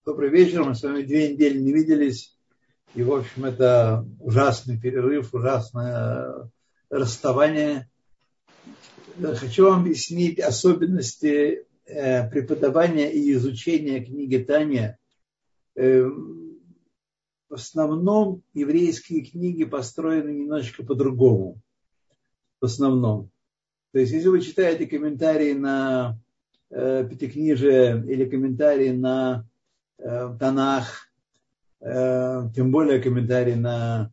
Добрый вечер. Мы с вами 2 недели не виделись. И, в общем, это ужасный перерыв, ужасное расставание. Хочу вам объяснить особенности преподавания и изучения книги Таня. В основном еврейские книги построены немножечко по-другому. В основном. То есть, если вы читаете комментарии на Пятикнижие или комментарии на Танах, тем более комментарии на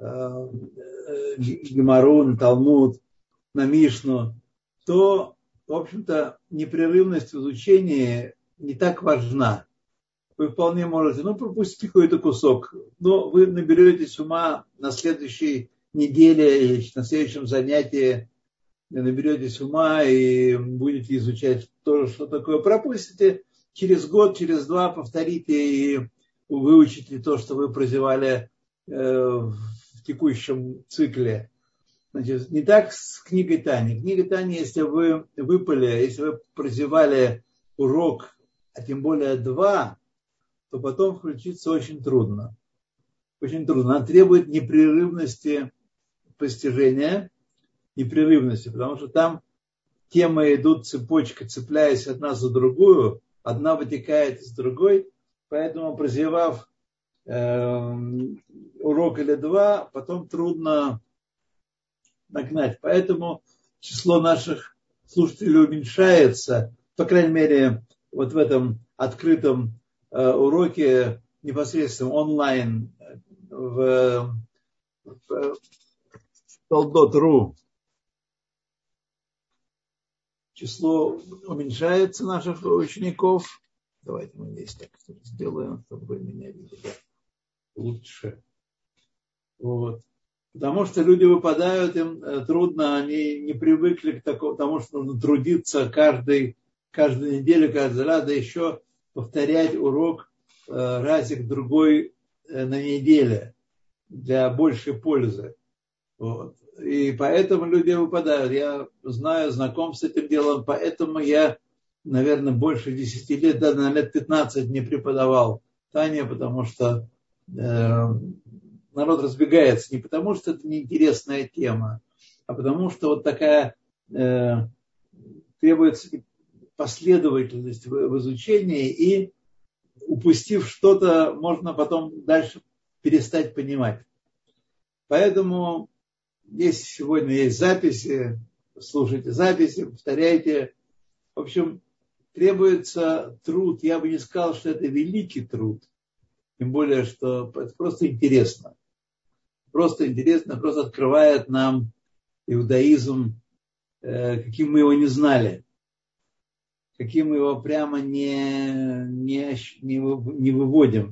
Гемару, на Талмуд, на Мишну, то, в общем-то, непрерывность в изучении не так важна. Вы вполне можете, пропустить какой-то кусок, но вы наберетесь ума на следующей неделе или на следующем занятии, наберетесь ума и будете изучать то, что такое. Пропустите, через год, через 2 повторите и выучите то, что вы прозевали в текущем цикле. Значит, не так с книгой Тани. Книга Тани, если вы выпали, если вы прозевали урок, а тем более 2, то потом включиться очень трудно. Очень трудно. Она требует непрерывности постижения, потому что там темы идут цепочкой, цепляясь одна за другую, одна вытекает из другой, поэтому, прозевав урок или 2, потом трудно нагнать. Поэтому число наших слушателей уменьшается, по крайней мере, вот в этом открытом уроке, непосредственно онлайн в Толдот.ру. Число уменьшается наших учеников. Давайте мы здесь так сделаем, чтобы вы меня видели лучше. Вот. Потому что люди выпадают, им трудно, они не привыкли к тому, что нужно трудиться каждую неделю, каждый раз, да еще повторять урок разик-другой на неделе для большей пользы. Вот. И поэтому люди выпадают. Я знаком с этим делом, поэтому я, наверное, больше 10 лет, даже на лет 15 не преподавал Таня, потому что народ разбегается. Не потому что это неинтересная тема, а потому что вот такая требуется последовательность в изучении, и упустив что-то, можно потом дальше перестать понимать. Поэтому сегодня есть записи, слушайте записи, повторяйте. В общем, требуется труд. Я бы не сказал, что это великий труд. Тем более, что это просто интересно. Просто интересно, просто открывает нам иудаизм, каким мы его не знали. Каким мы его прямо не выводим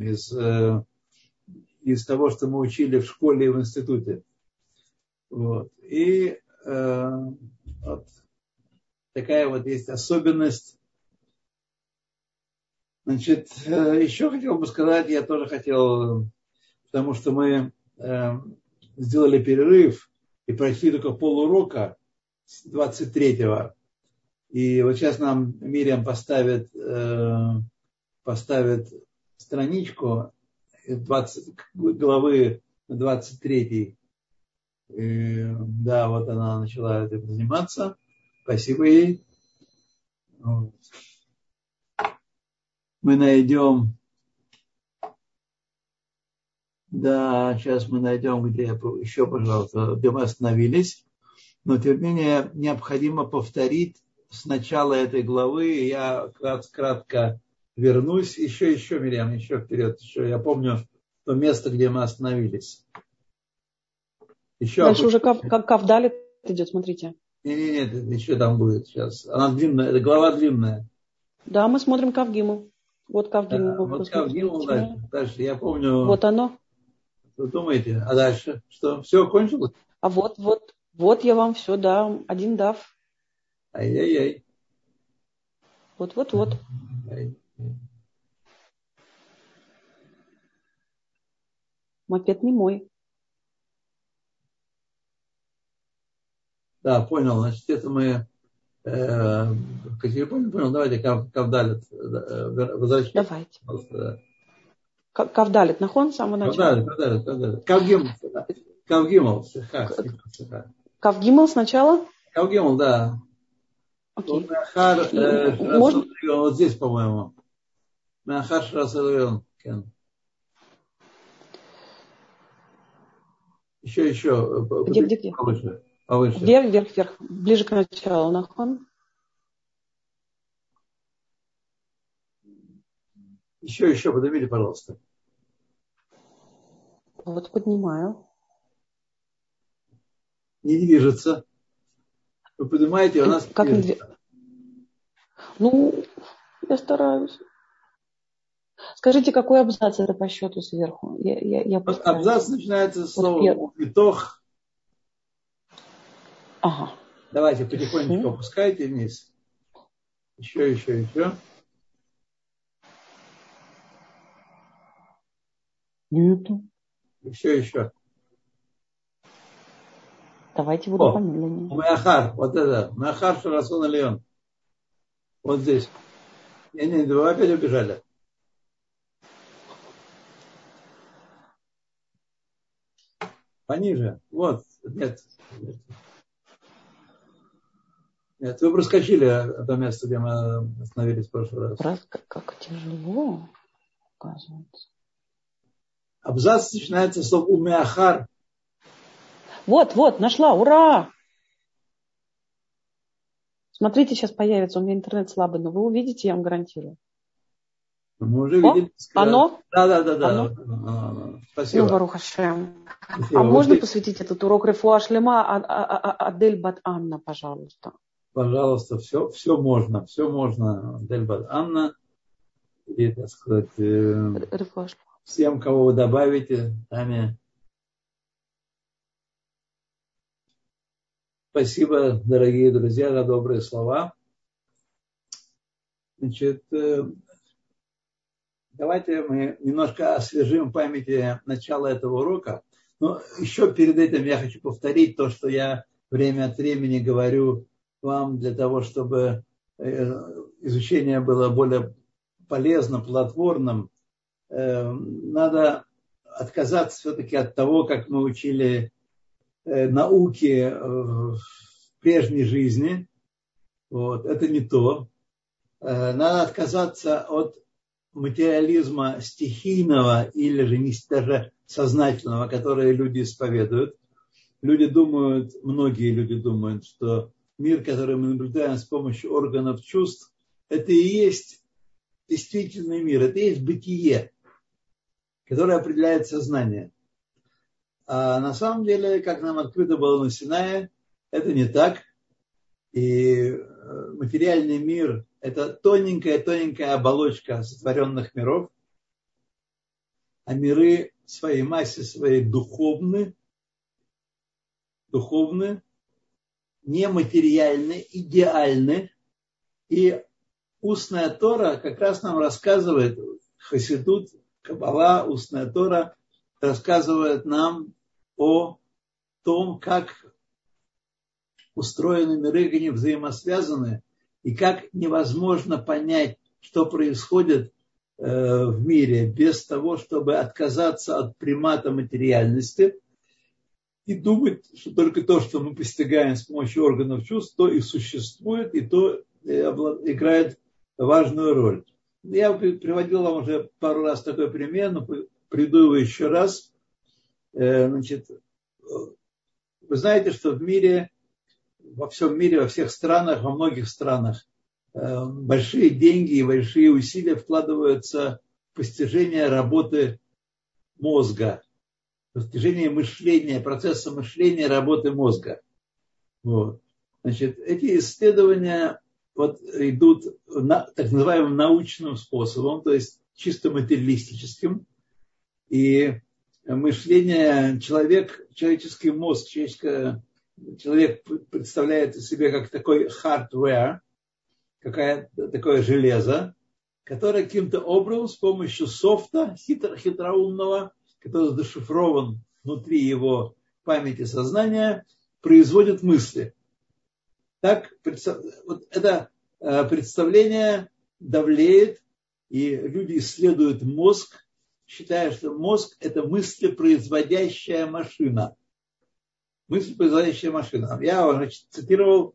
из того, что мы учили в школе и в институте. Вот. И вот такая вот есть особенность. Значит, еще хотел бы сказать, я тоже хотел, потому что мы сделали перерыв и прочли только полурока с 23-го. И вот сейчас нам Мириам поставит страничку 20, главы 23. Да, вот она начала этим заниматься. Спасибо ей. Вот. Мы найдем. Да, сейчас мы найдем, где еще, пожалуйста, где мы остановились. Но, тем не менее, необходимо повторить с начала этой главы. Я кратко вернусь. Еще, Мириам, еще вперед. Еще я помню то место, где мы остановились. Еще дальше уже Кавдалит идет, смотрите. Нет, еще там будет сейчас. Она длинная, это глава длинная. Да, мы смотрим Кавгиму. Вот Кавгиму. Да, вот Кавгиму дальше. Я помню. Вот оно. Вы думаете? А дальше? Что? Все кончилось? А вот я вам все дам. Один дав. Ай-яй-яй. Вот. Мопед не мой. Да, понял. Значит, это мы... Понял. Давайте Кавдалит. Возвращаемся. Давайте. Кавдалит, нахон, с самого начала. Кавдалит. Кавгимл. Кавгимл сначала? Кавгимл, да. Окей. Вот здесь, по-моему. Меахар Шрасалион. Еще. Где? Повыше. Вверх. Ближе к началу. Нахон. Еще, поднимите, пожалуйста. Вот поднимаю. Не движется. Вы поднимаете, у нас как не движется. Ну, я стараюсь. Скажите, какой абзац это по счету сверху? Я абзац начинается с слова «итох». Ага. Давайте потихонечку опускайте вниз. Еще. Нету. Еще. Давайте буду помедленнее. Меахар, вот это. Меахар Шарасун Алион. Вот здесь. Не, вы опять убежали. Пониже. Вот. Нет, вы проскочили то место, где мы остановились в прошлый раз. Как тяжело, оказывается. Абзац начинается с слова «умеахар». Вот, нашла, ура! Смотрите, сейчас появится, у меня интернет слабый, но вы увидите, я вам гарантирую. Мы уже видели. Оно? Да. Оно? Спасибо. Ну, Барух Ашем. Спасибо. А можно посвятить этот урок Рефуа Шлема Адель Бат Анна, пожалуйста? Пожалуйста, все можно. Адель Бат Анна. И, так сказать, всем, кого вы добавите, Таня. Спасибо, дорогие друзья, за добрые слова. Значит, давайте мы немножко освежим в памяти начала этого урока. Но еще перед этим я хочу повторить то, что я время от времени говорю вам для того, чтобы изучение было более полезным, плодотворным. Надо отказаться все-таки от того, как мы учили науки в прежней жизни. Вот, это не то. Надо отказаться от материализма стихийного или же не даже сознательного, который люди исповедуют. Многие люди думают, что мир, который мы наблюдаем с помощью органов чувств, это и есть действительный мир, это и есть бытие, которое определяет сознание. А на самом деле, как нам открыто было на Синае, это не так. И материальный мир – это тоненькая оболочка сотворенных миров, а миры в своей массе своей духовны, нематериальны, идеальны. И устная Тора как раз нам рассказывает, Хасидут, Каббала, устная Тора рассказывает нам о том, как устроены миры, как они взаимосвязаны, и как невозможно понять, что происходит в мире без того, чтобы отказаться от примата материальности и думать, что только то, что мы постигаем с помощью органов чувств, то и существует, и то играет важную роль. Я приводил вам уже пару раз такой пример, но приду его еще раз. Значит, вы знаете, что в мире, во всем мире, во всех странах, во многих странах большие деньги и большие усилия вкладываются в постижение работы мозга, постижение мышления, процесса мышления, работы мозга. Вот. Значит, эти исследования идут так называемым научным способом, то есть чисто материалистическим. И мышление, человеческий мозг, человек представляет себе как такой hardware, такое железо, которое каким-то образом с помощью софта хитроумного, который зашифрован внутри его памяти сознания, производит мысли. Так, это представление давлеет, и люди исследуют мозг считает, что мозг – это мыслепроизводящая машина. Мыслепроизводящая машина. Я, значит, цитировал,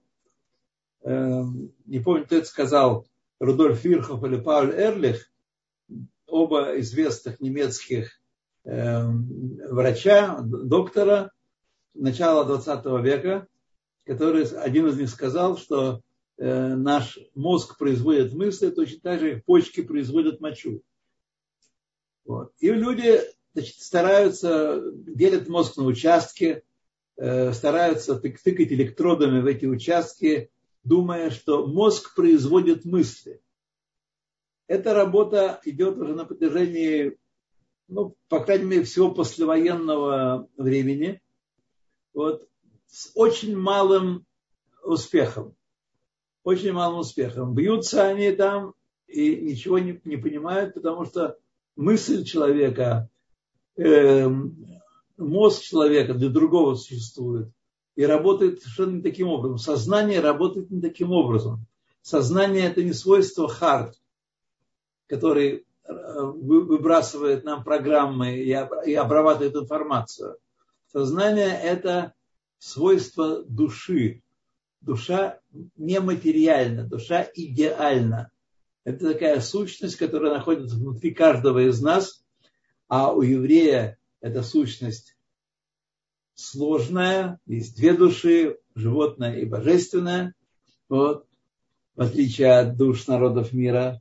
не помню, кто это сказал, Рудольф Вирхов или Пауль Эрлих, оба известных немецких врача, доктора начала 20 века, который, один из них сказал, что наш мозг производит мысли точно так же, как почки производят мочу. Вот. И люди, значит, стараются, делят мозг на участки, стараются тыкать электродами в эти участки, думая, что мозг производит мысли. Эта работа идет уже на протяжении, ну, по крайней мере, всего послевоенного времени, вот, с очень малым успехом. Очень малым успехом. Бьются они там и ничего не понимают, потому что мысль человека, мозг человека для другого существует и работает совершенно не таким образом. Сознание работает не таким образом. Сознание – это не свойство hard, который выбрасывает нам программы и обрабатывает информацию. Сознание – это свойство души. Душа нематериальна, душа идеальна. Это такая сущность, которая находится внутри каждого из нас, а у еврея эта сущность сложная, есть две души, животная и божественная, вот, в отличие от душ народов мира.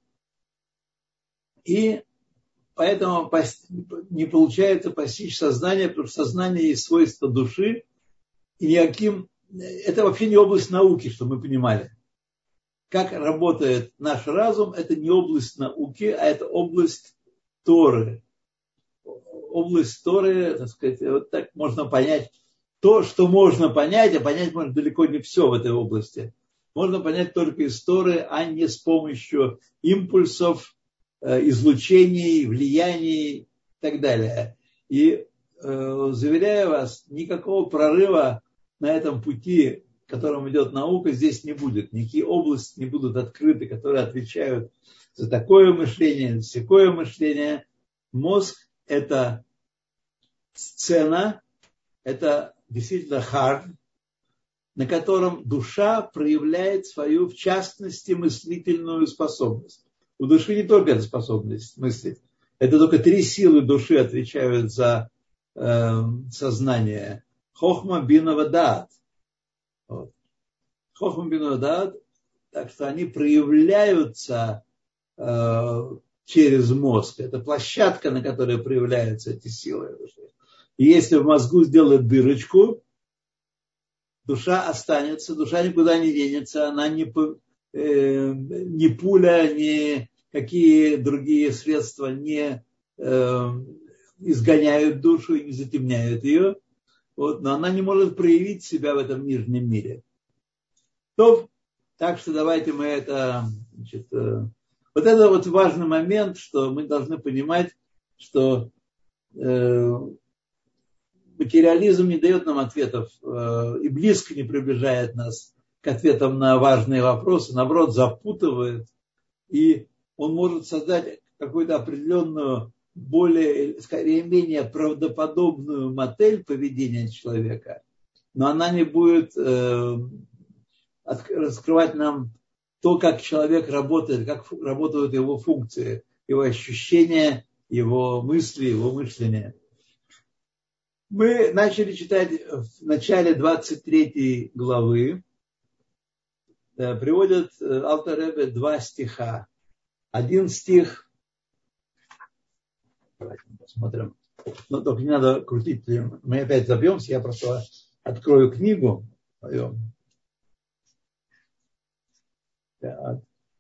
И поэтому не получается постичь сознание, потому что сознание есть свойство души, и никаким... Это вообще не область науки, чтобы мы понимали. Как работает наш разум, это не область науки, а это область Торы. Область Торы, так сказать, вот так можно понять то, что можно понять, а понять можно далеко не все в этой области. Можно понять только из Торы, а не с помощью импульсов, излучений, влияний и так далее. И заверяю вас, никакого прорыва на этом пути, которым идет наука, здесь не будет. Никакие области не будут открыты, которые отвечают за такое мышление, за такое мышление. Мозг – это сцена, это действительно hard, на котором душа проявляет свою, в частности, мыслительную способность. У души не только эта способность мыслить. Это только 3 силы души отвечают за сознание. Хохма, бина, даат. Вот. Хохма, бина, даат. Так что они проявляются через мозг. Это площадка, на которой проявляются эти силы души. И если в мозгу сделать дырочку, душа останется, душа никуда не денется, она ни пуля, ни какие другие средства не изгоняют душу и не затемняют ее. Вот, но она не может проявить себя в этом нижнем мире. Так что давайте мы это... Значит, вот это вот важный момент, что мы должны понимать, что материализм не дает нам ответов и близко не приближает нас к ответам на важные вопросы, наоборот, запутывает. И он может создать какую-то определенную, более, скорее, менее правдоподобную модель поведения человека, но она не будет раскрывать нам то, как человек работает, как работают его функции, его ощущения, его мысли, его мышление. Мы начали читать в начале 23 главы. Приводят Алтер Ребе 2 стиха. Один стих. Давайте посмотрим. Но только не надо крутить. Мы опять забьемся. Я просто открою книгу. Так.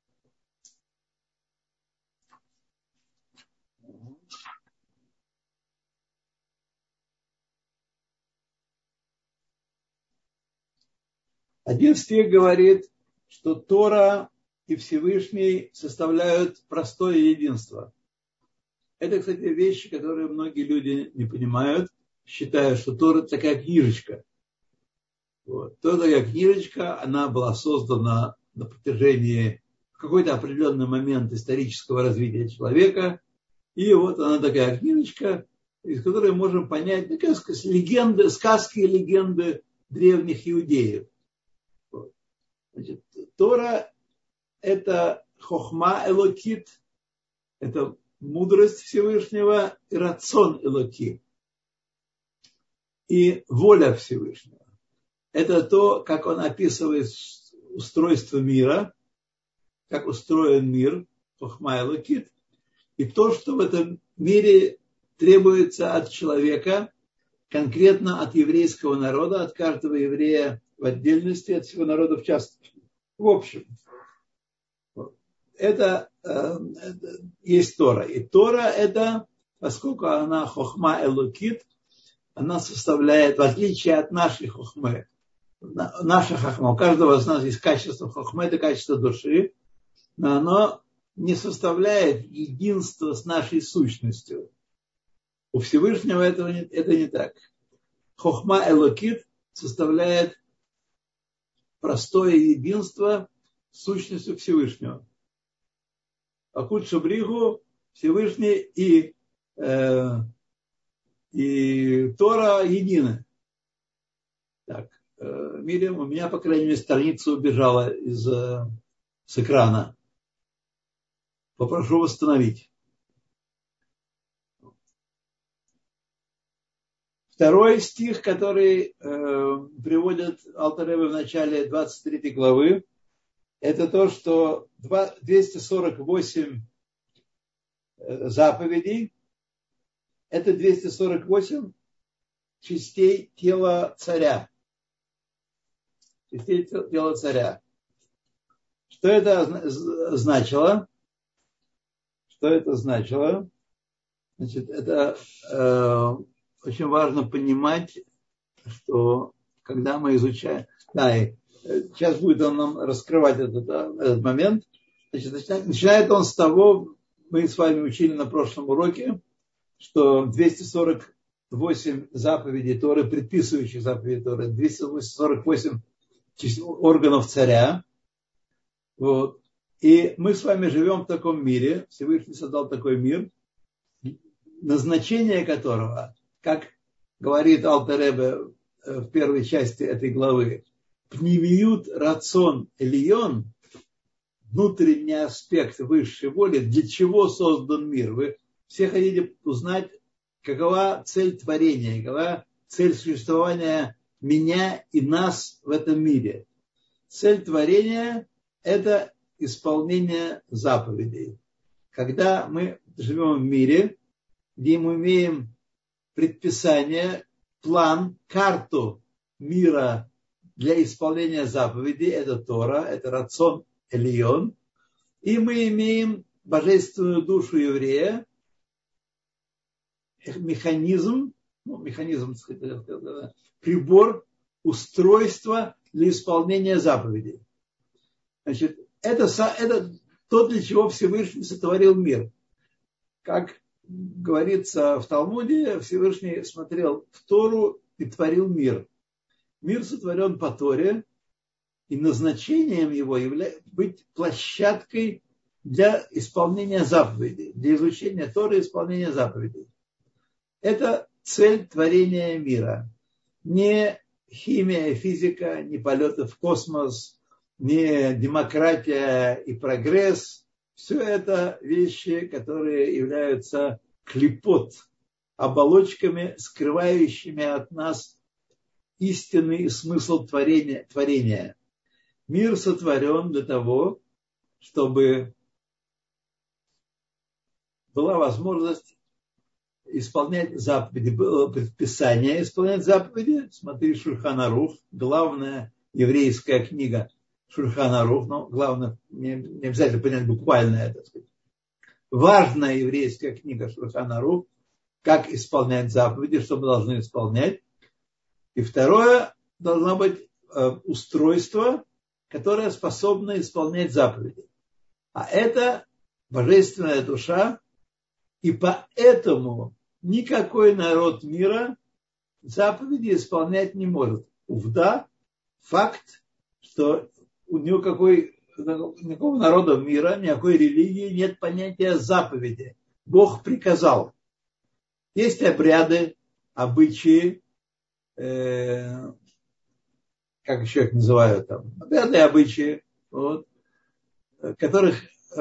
Один стих говорит, что Тора и Всевышний составляют простое единство. Это, кстати, вещи, которые многие люди не понимают, считают, что Тора такая книжечка. Вот. Тора такая книжечка, она была создана на протяжении в какой-то определенный момент исторического развития человека, И вот она такая книжечка, из которой можем понять, ну, как сказать, легенды, сказки и легенды древних иудеев. Вот. Значит, Тора – это хохма элокит, это мудрость Всевышнего, и рацион элоки, и воля Всевышнего. Это то, как он описывает устройство мира, как устроен мир, хохма элокит, и то, что в этом мире требуется от человека, конкретно от еврейского народа, от каждого еврея в отдельности, от всего народа в частности. В общем, это есть Тора. И Тора это, поскольку она хохма элокит, она составляет, в отличие от нашей хохмы, наша хохма, у каждого из нас есть качество хохмы, это качество души, но оно не составляет единство с нашей сущностью. У Всевышнего это не так. Хохма элокит составляет простое единство с сущностью Всевышнего. Акут Шабриху, Всевышний и Тора едины. Так, Мирим, у меня, по крайней мере, страница убежала с экрана. Попрошу восстановить. Второй стих, который приводит Алтер Ребе в начале 23 главы, это то, что 248 заповедей, это 248 частей тела царя. Частей тела царя. Что это значило? Что это значило? Значит, это очень важно понимать, что когда мы изучаем... Да, и сейчас будет он нам раскрывать этот момент. Значит, начинает он с того, мы с вами учили на прошлом уроке, что 248 заповедей Торы, предписывающих заповеди Торы, 248 органов царя. Вот. И мы с вами живем в таком мире, Всевышний создал такой мир, назначение которого, как говорит Алтер Ребе в первой части этой главы, пневиют рацион элион, внутренний аспект высшей воли, для чего создан мир. Вы все хотите узнать, какова цель творения, какова цель существования меня и нас в этом мире. Цель творения – это исполнение заповедей. Когда мы живем в мире, где мы имеем предписание, план, карту мира для исполнения заповедей, это Тора, это рацион элион, и мы имеем божественную душу еврея, механизм, прибор, устройство для исполнения заповедей. Значит, это то, для чего Всевышний сотворил мир. Как говорится в Талмуде, Всевышний смотрел в Тору и творил мир. Мир сотворен по Торе, и назначением его является быть площадкой для исполнения заповедей, для изучения Торы и исполнения заповедей. Это цель творения мира. Не химия, физика, не полеты в космос, не демократия и прогресс. Все это вещи, которые являются клипот, оболочками, скрывающими от нас истинный смысл творения. Мир сотворен для того, чтобы была возможность исполнять заповеди, было предписание исполнять заповеди. Смотри, Шульхан Арух, главная еврейская книга Шульхан Арух, но главное, не обязательно понять буквально это. Важная еврейская книга Шульхан Арух, как исполнять заповеди, что мы должны исполнять. И второе, должно быть устройство, которое способно исполнять заповеди. А это божественная душа, и поэтому никакой народ мира заповеди исполнять не может. Увда, факт, что у никакого народа мира, никакой религии нет понятия заповеди. Бог приказал. Есть обряды, обычаи, как еще их называют там, обряды, обычаи, вот, которых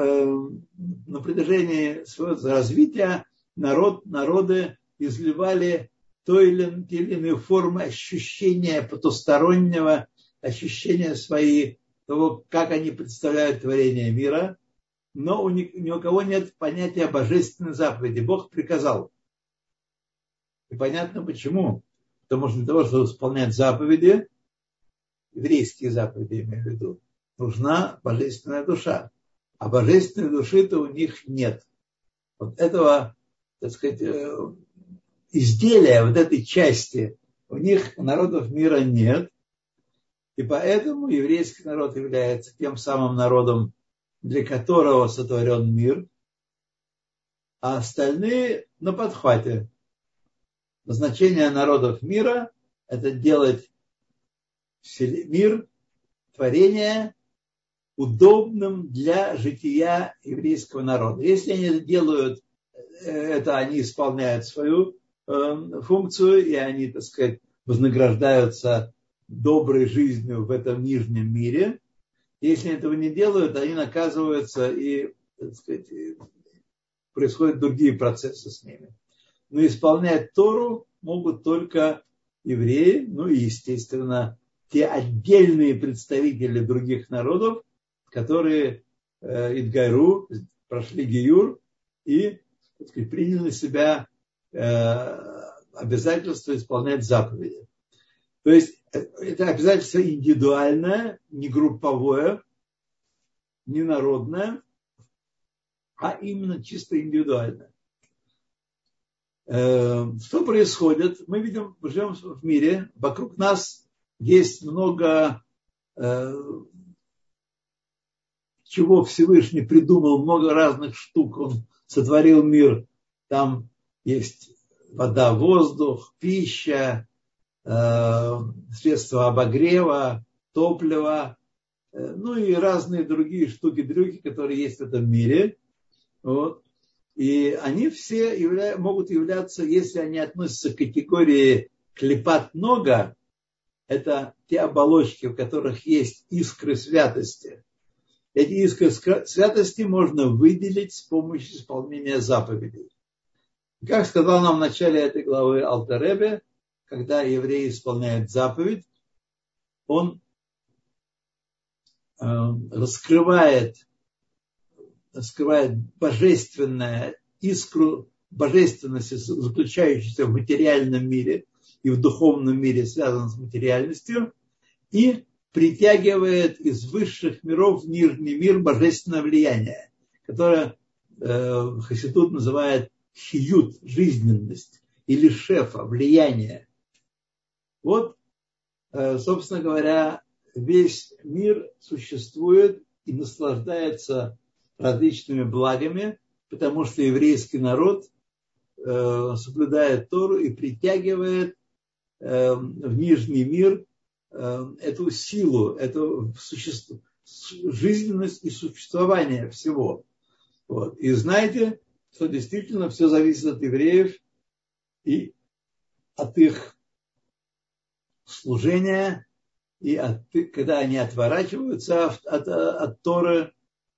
на протяжении своего развития народы изливали той или иной формы ощущения потустороннего, ощущения свои, того, как они представляют творение мира, но ни у кого нет понятия божественной заповеди. Бог приказал. И понятно почему. Потому что для того, чтобы исполнять заповеди, еврейские заповеди, имею в виду, нужна божественная душа. А божественной души-то у них нет. Вот этого, так сказать, изделия, вот этой части у них, у народов мира нет. И поэтому еврейский народ является тем самым народом, для которого сотворен мир, а остальные на подхвате. Назначение народов мира – это делать мир, творение удобным для жития еврейского народа. Если они это делают, это они исполняют свою функцию, и они, так сказать, вознаграждаются доброй жизнью в этом нижнем мире. Если этого не делают, они наказываются, и, так сказать, происходят другие процессы с ними. Но исполнять Тору могут только евреи, ну и, естественно, те отдельные представители других народов, которые Идгайру, прошли гиюр и, так сказать, приняли на себя обязательство исполнять заповеди. То есть это обязательство индивидуальное, не групповое, не народное, а именно чисто индивидуальное. Что происходит? Мы видим, мы живем в мире, вокруг нас есть много чего Всевышний придумал, много разных штук, он сотворил мир. Там есть вода, воздух, пища, средства обогрева, топливо, ну и разные другие штуки-дрюки, которые есть в этом мире. Вот. И они все могут являться, если они относятся к категории клипат нога, это те оболочки, в которых есть искры святости. Эти искры святости можно выделить с помощью исполнения заповедей. Как сказал нам в начале этой главы Алтер Ребе, когда еврей исполняет заповедь, он раскрывает божественную искру божественности, заключающуюся в материальном мире и в духовном мире, связанном с материальностью, и притягивает из высших миров в нижний мир божественное влияние, которое хасидут называет хиют, жизненность, или шефа, влияние. Вот, собственно говоря, весь мир существует и наслаждается различными благами, потому что еврейский народ соблюдает Тору и притягивает в нижний мир эту силу, эту жизненность и существование всего. Вот. И знаете, что действительно все зависит от евреев и от их служения, и когда они отворачиваются от Торы,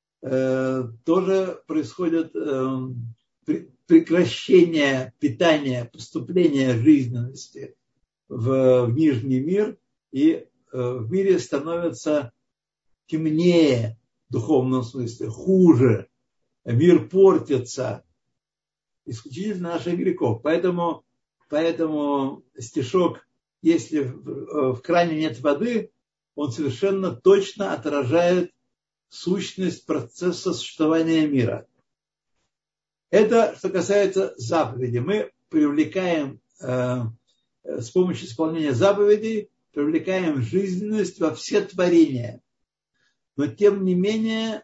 тоже происходит прекращение питания, поступления жизненности в нижний мир, и в мире становится темнее в духовном смысле, хуже, мир портится исключительно наших грехов. Поэтому стишок, если в кране нет воды, он совершенно точно отражает сущность процесса существования мира. Это что касается заповедей. Мы привлекаем с помощью исполнения заповедей, привлекаем жизненность во все творения. Но тем не менее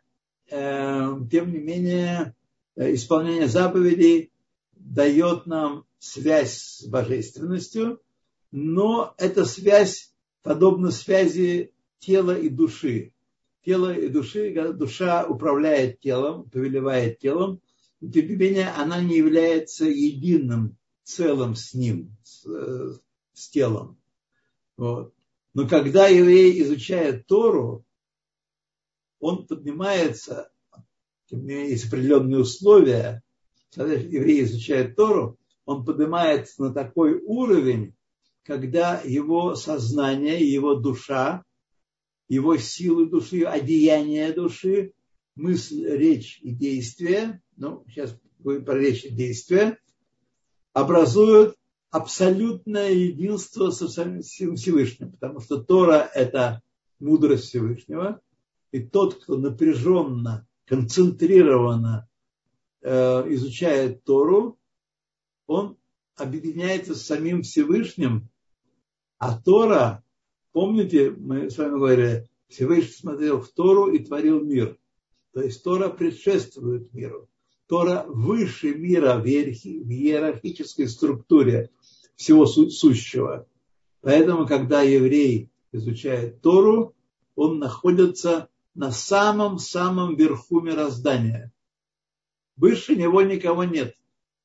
исполнение заповедей дает нам связь с божественностью, но эта связь подобна связи тела и души. Тело и души, душа управляет телом, повелевает телом, тем не менее, она не является единым целым с ним, с телом. Вот. Но когда еврей изучает Тору, он поднимается, тем не менее, есть определенные условия. Когда еврей изучает Тору, он поднимается на такой уровень, когда его сознание, его душа, его силы души, одеяние души, мысль, речь и действие, сейчас будет про речь и действие, образуют абсолютное единство со Всевышним, потому что Тора – это мудрость Всевышнего, и тот, кто напряженно, концентрированно изучает Тору, он объединяется с самим Всевышним, а Тора, помните, мы с вами говорили, Всевышний смотрел в Тору и творил мир. То есть Тора предшествует миру. Тора выше мира в иерархической структуре всего сущего. Поэтому, когда еврей изучает Тору, он находится на самом-самом верху мироздания. Выше него никого нет.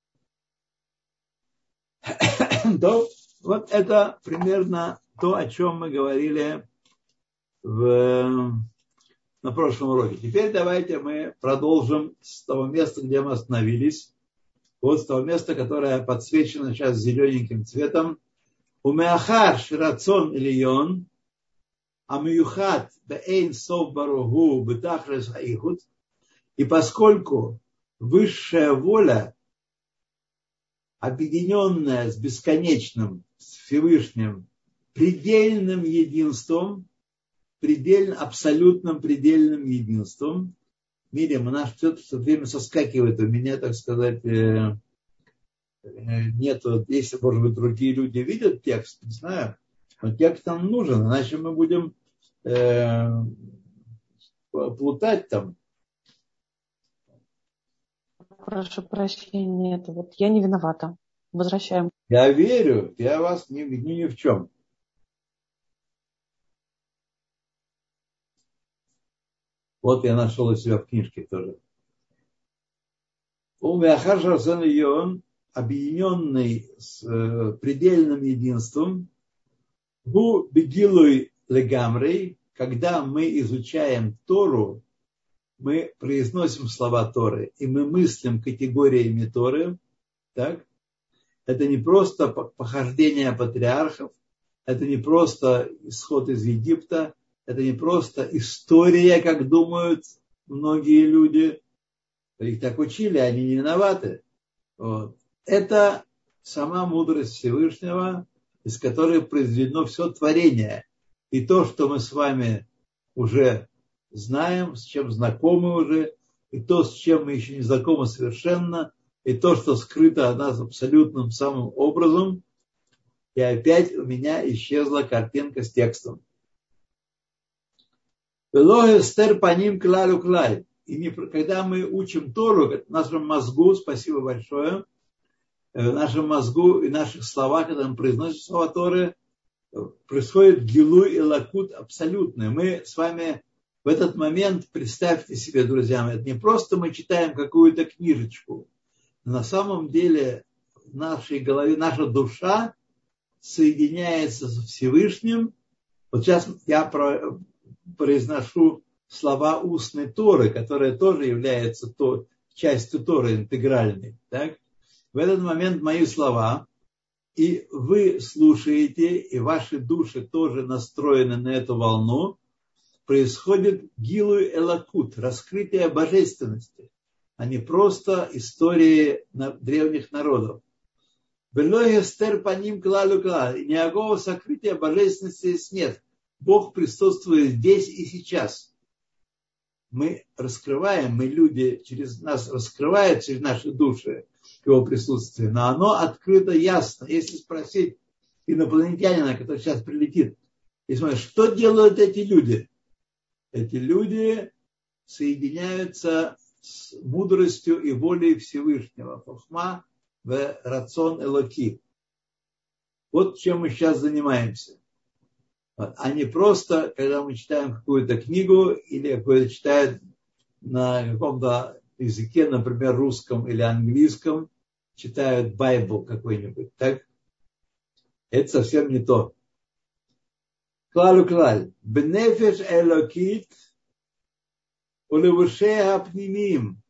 Вот это примерно то, о чем мы говорили на прошлом уроке. Теперь давайте мы продолжим с того места, где мы остановились. Вот с того места, которое подсвечено сейчас зелененьким цветом. Умеахар ширацон ильон, амиюхат бэйн сов баругу бэтахрес хаихут. И поскольку высшая воля, объединенная с бесконечным, с Всевышним, предельным единством, абсолютным предельным единством. Мирим, она все время соскакивает. У меня, так сказать, нету, если, может быть, другие люди видят текст, не знаю, но текст нам нужен, иначе мы будем плутать там. Прошу прощения, это вот я не виновата. Возвращаем. Я верю, я вас не виню ни в чем. Вот я нашел у себя в книжке тоже. Умеахар шарацон ильон, объединенный с предельным единством, гу бегилуй легамрей, когда мы изучаем Тору, мы произносим слова Торы, и мы мыслим категориями Торы, так? Это не просто похождение патриархов, это не просто исход из Египта, это не просто история, как думают многие люди. Их так учили, они не виноваты. Вот. Это сама мудрость Всевышнего, из которой произведено все творение. И то, что мы с вами уже знаем, с чем знакомы уже, и то, с чем мы еще не знакомы совершенно, и то, что скрыто от нас абсолютным самым образом. И опять у меня исчезла картинка с текстом. И когда мы учим Тору, в нашем мозгу, спасибо большое, в нашем мозгу и наших словах, когда мы произносим слова Торы, происходит гилуй и лакут абсолютный. Мы с вами в этот момент, представьте себе, друзья мои, это не просто мы читаем какую-то книжечку. На самом деле в нашей голове наша душа соединяется со Всевышним. Вот сейчас я произношу слова устной Торы, которая тоже является частью Торы интегральной. Так? В этот момент мои слова, и вы слушаете, и ваши души тоже настроены на эту волну, происходит гилуй элакут, раскрытие божественности, а не просто истории древних народов. Никакого сокрытия божественности здесь нет. Бог присутствует здесь и сейчас. Мы раскрываем, мы люди, через нас раскрывает, через наши души его присутствие, но оно открыто, ясно. Если спросить инопланетянина, который сейчас прилетит, и смотрит, что делают эти люди? Эти люди соединяются с мудростью и волей Всевышнего. Хохма в рацион элоки. Вот чем мы сейчас занимаемся. А не просто, когда мы читаем какую-то книгу или какую-то читают на каком-то языке, например, русском или английском, читают Bible какой-нибудь, так? Это совсем не то. Клалу клаль. Бенефеш элокит улевушея апнимим.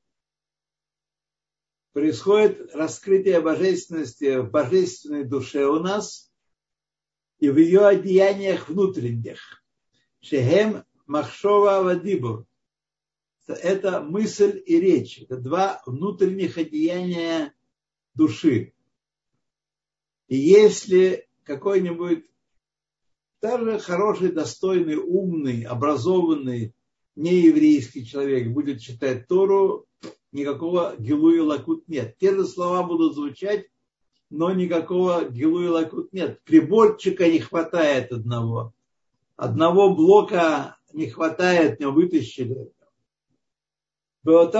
Происходит раскрытие божественности в божественной душе у нас и в ее одеяниях внутренних. Шехем махшова вадибур. Это мысль и речь. Это два внутренних одеяния души. И если какой-нибудь даже хороший, достойный, умный, образованный, нееврейский человек будет читать Тору, никакого гилуя лакут нет. Те же слова будут звучать, но никакого гилуя лакут нет. Приборчика не хватает одного. Одного блока не хватает, не вытащили. В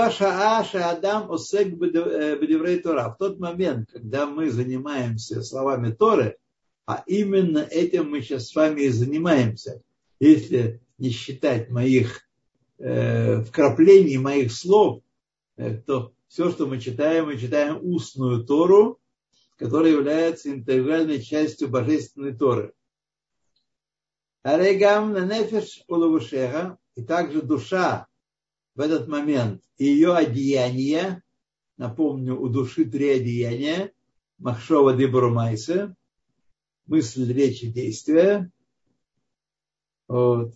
тот момент, когда мы занимаемся словами Торы, а именно этим мы сейчас с вами и занимаемся, если не считать моих вкраплений, моих слов, то все, что мы читаем устную Тору, которая является интегральной частью божественной Торы. Арегам на нефеш улавушеха, и также душа в этот момент и ее одеяния, напомню, у души 3 одеяния, махшова дибур майсе, мысль, речь и действие. Вот.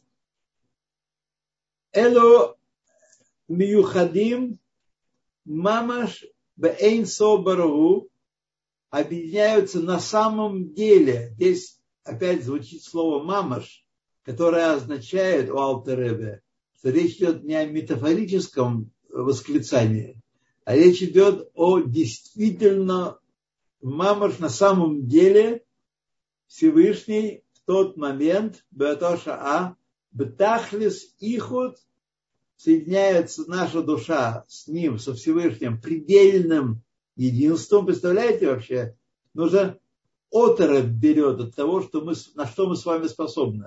Эло миюхадим мамаш бэйн со барагу, объединяются на самом деле. Здесь опять звучит слово мамаш, которое означает у Алтер Ребе, что речь идет не о метафорическом восклицании, а речь идет о действительно мамаш на самом деле Всевышний в тот момент, бетошаа, бетахлис ихуд, соединяется наша душа с ним, со Всевышним, предельным единством. Представляете вообще? Нужно оторопь берет от того, на что мы с вами способны.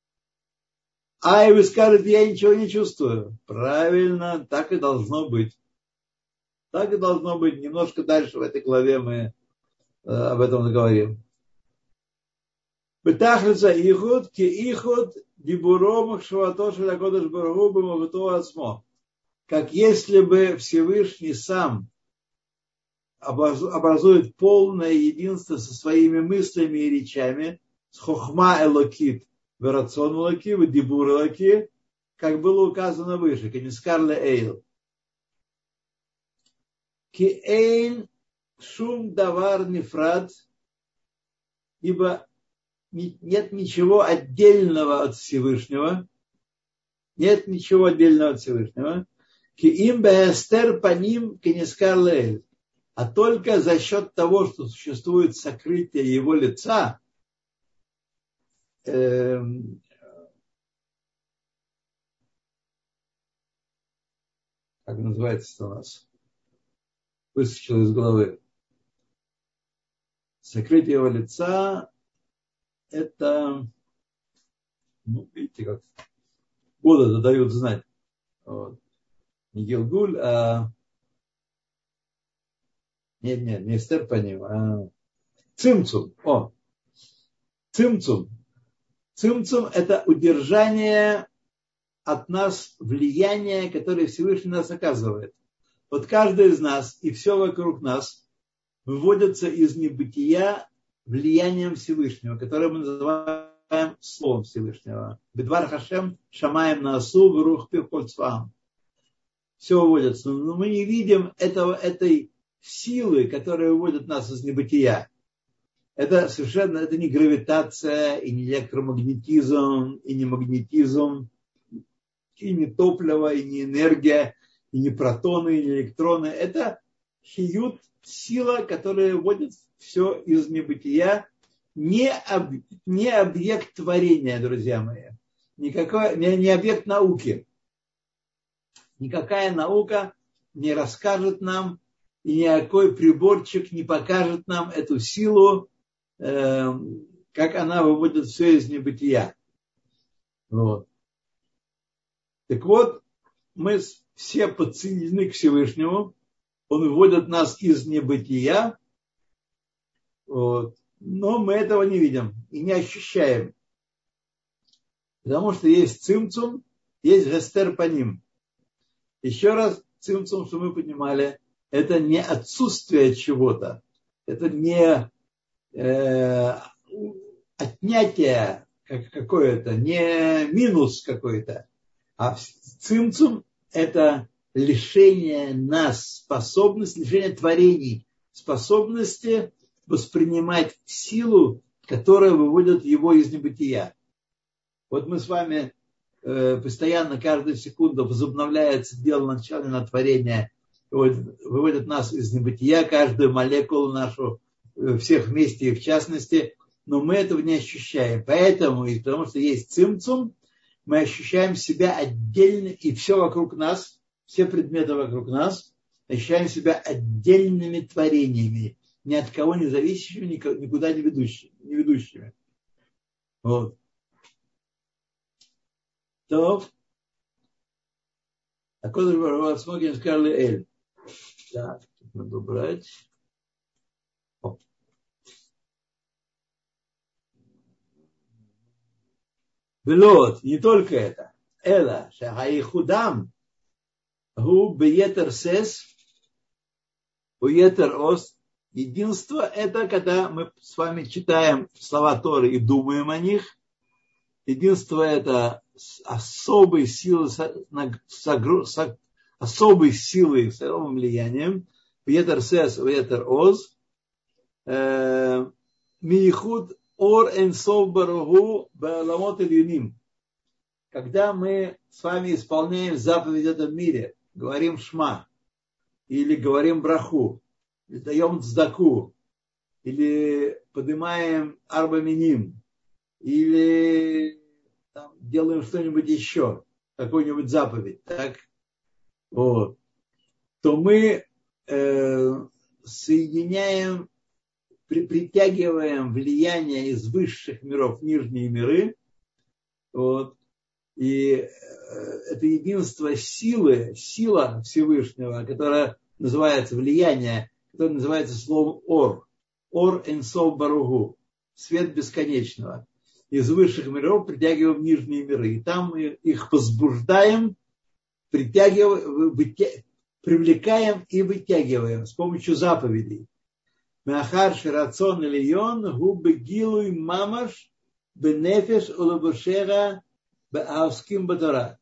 И вы скажете, я ничего не чувствую. Правильно, так и должно быть. Так и должно быть. Немножко дальше в этой главе мы об этом говорим. Бетахлица ихуд, ки ихуд, дибуром, шватоши, лакодыш баргу, бамагуту ацмо. Как если бы Всевышний сам образует полное единство со своими мыслями и речами, с хохма элокит, верацон элоки, дибур элоки, как было указано выше, кенискарле эйл. Ки эйн шум давар нефрад, ибо нет ничего отдельного от Всевышнего. Нет ничего отдельного от Всевышнего. Ки им беэстер паним кенискарле эйл. А только за счет того, что существует сокрытие его лица, как называется это у нас? Выскочил из головы. Сокрытие его лица – это, видите, как годы дают знать. Вот. Не Гилгуль, а не Эстер по ним, а цимцум. Цимцум. Цимцум – это удержание от нас влияния, которое Всевышний нас оказывает. Вот каждый из нас и все вокруг нас выводятся из небытия влиянием Всевышнего, которое мы называем Словом Всевышнего. Бедвар Хашем шамаем наасу врух пихольцвам. Все выводится. Но мы не видим этой силы, которая выводит нас из небытия. Это совершенно не гравитация, и не электромагнетизм, и не магнетизм, и не топливо, и не энергия, и не протоны, и не электроны. Это хиют, сила, которая вводит все из небытия. Не объект творения, друзья мои. Не объект науки. Никакая наука не расскажет нам, и никакой приборчик не покажет нам эту силу, как она выводит все из небытия. Вот. Так вот, мы все подсоединены к Всевышнему, Он выводит нас из небытия, вот, но мы этого не видим и не ощущаем. Потому что есть цимцум, есть гестер по ним. Еще раз, цимцум, что мы понимали, это не отсутствие чего-то, это не отнятие какое-то, не минус какой-то, а цимцум – это лишение нас способности, лишение творений, способности воспринимать силу, которая выводит его из небытия. Вот мы с вами постоянно, каждую секунду возобновляется дело начала творения, выводит нас из небытия, каждую молекулу нашу, всех вместе и в частности, но мы этого не ощущаем. Поэтому, и потому что есть цимцум, мы ощущаем себя отдельно, и все вокруг нас, все предметы вокруг нас, ощущаем себя отдельными творениями, ни от кого не зависящими, никуда не ведущими. Вот. То, а когда смотрим, сказали Эль. Так, надо убрать. Велот, не только это. Эла, шахаихудам, гу беетер сес, уетер ос. Единство это, когда мы с вами читаем слова Торы и думаем о них. Единство это особой силы, особой силой, с особым влиянием. Уетер сес, уетер ос. Миихуд ор энсов баругу бааламот ильюним. Когда мы с вами исполняем заповедь в этом мире, говорим шма, или говорим браху, или даем цдаку, или поднимаем арбаминим, или там, делаем что-нибудь еще, какую-нибудь заповедь, так, вот, то мы соединяем, притягиваем влияние из высших миров в нижние миры, вот, и это единство силы, сила Всевышнего, которая называется влияние, которое называется словом ор. Ор энсов баругу. Свет бесконечного. Из высших миров притягиваем в нижние миры. И там мы их возбуждаем, привлекаем и вытягиваем с помощью заповедей. Махар ширацон ильон губы гилуй мамаш бенефеш улабушера беавским батара.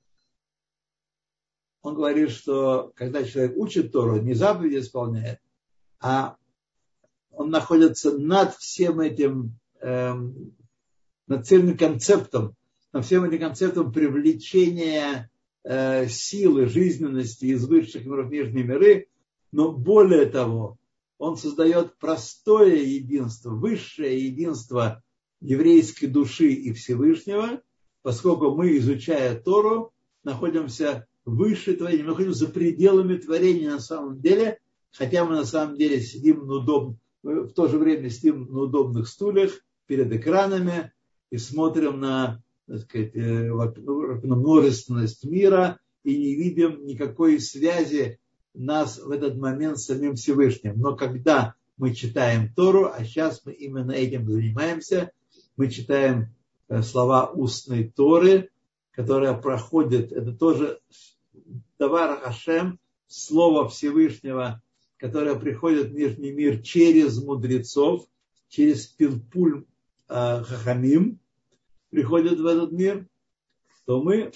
Он говорит, что когда человек учит Тору, не заповеди исполняет, а он находится над всем этим, над всем концептом, над всем этим концептом привлечения силы, жизненности из высших миров в нижние миры, но более того, он создает простое единство, высшее единство еврейской души и Всевышнего, поскольку мы, изучая Тору, находимся выше творения, мы находимся за пределами творения на самом деле, хотя мы на самом деле сидим в то же время сидим на удобных стульях перед экранами и смотрим на, так сказать, на множественность мира и не видим никакой связи нас в этот момент с самим Всевышним. Но когда мы читаем Тору, а сейчас мы именно этим занимаемся, мы читаем слова устной Торы, которая проходит, это тоже Давар Хашем, слово Всевышнего, которое приходит в нижний мир через мудрецов, через пилпуль хахамим, приходит в этот мир, то мы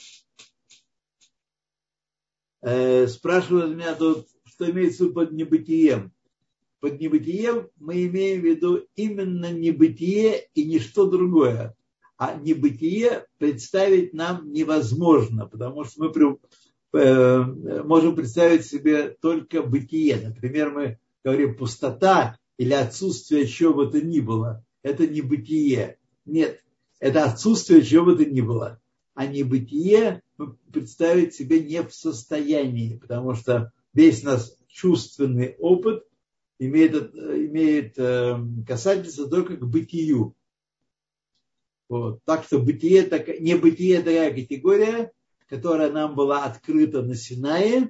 спрашивают меня тут, что имеется в виду под небытием. Под небытием мы имеем в виду именно небытие и ничто другое. А небытие представить нам невозможно, потому что мы можем представить себе только бытие. Например, мы говорим пустота или отсутствие чего бы то ни было. Это не бытие. Нет, это отсутствие чего бы то ни было. А небытие мы представить себе не в состоянии, потому что весь наш чувственный опыт имеет касательство только к бытию. Вот. Так что небытие такая категория, которая нам была открыта на Синае,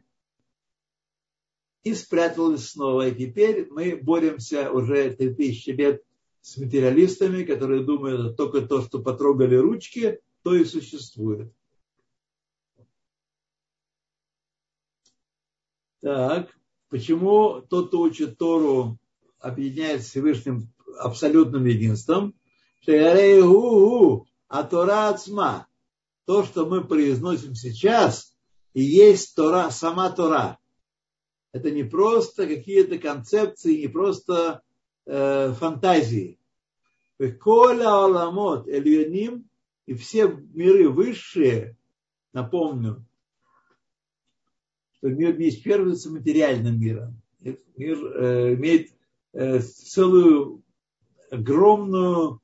и спряталась снова. И теперь мы боремся уже 3000 лет с материалистами, которые думают, только то, что потрогали ручки, то и существует. Так, почему тот, кто учит Тору, объединяет с Всевышним абсолютным единством? А Тора ацма, то, что мы произносим сейчас, и есть Тора, сама Тора. Это не просто какие-то концепции, не просто фантазии. Коля аламот эльоним, и все миры высшие, напомню, что мир не исчерпывается материальным миром. Мир имеет целую огромную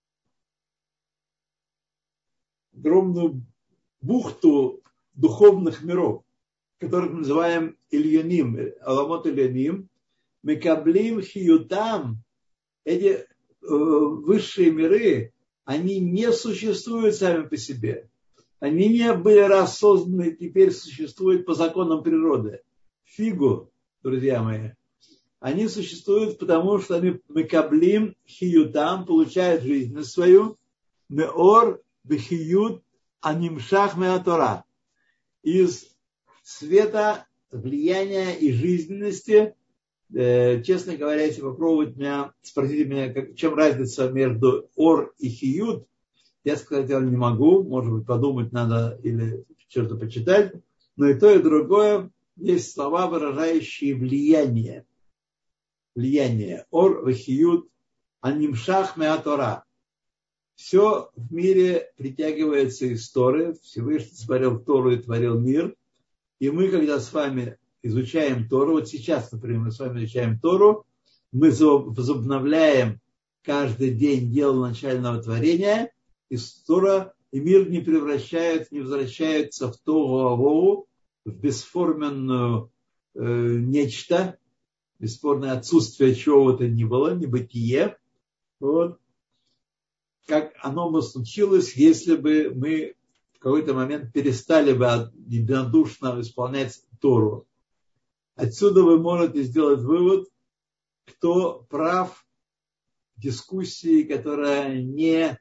бухту духовных миров, которых мы называем Ильоним, Аламот Ильоним, Мекаблим Хиютам. Эти высшие миры, они не существуют сами по себе. Они не были рассозданы, теперь существуют по законам природы. Фигу, друзья мои. Они существуют, потому что они Мекаблим Хиютам, получают жизнь свою, Меор Бехиют Анимшах Меатора. Из света, влияния и жизненности. Честно говоря, если попробовать меня, спросите меня, чем разница между ор и хиют, я сказать я не могу, может быть, подумать надо или что-то почитать, но и то, и другое есть слова, выражающие влияние. Влияние. Ор, хиют, анимшах меатора. Все в мире притягивается из Торы. Всевышний творил Тору и творил мир. И мы, когда с вами изучаем Тору, вот сейчас, например, мы с вами изучаем Тору, мы возобновляем каждый день дело начального творения, и Тора, и мир не превращает, не возвращается в тогу, в бесформенную нечто, бесспорное отсутствие чего-то не было, небытие. Вот. Как оно бы случилось, если бы мы в какой-то момент перестали бы единодушно исполнять Тору. Отсюда вы можете сделать вывод, кто прав в дискуссии, которая не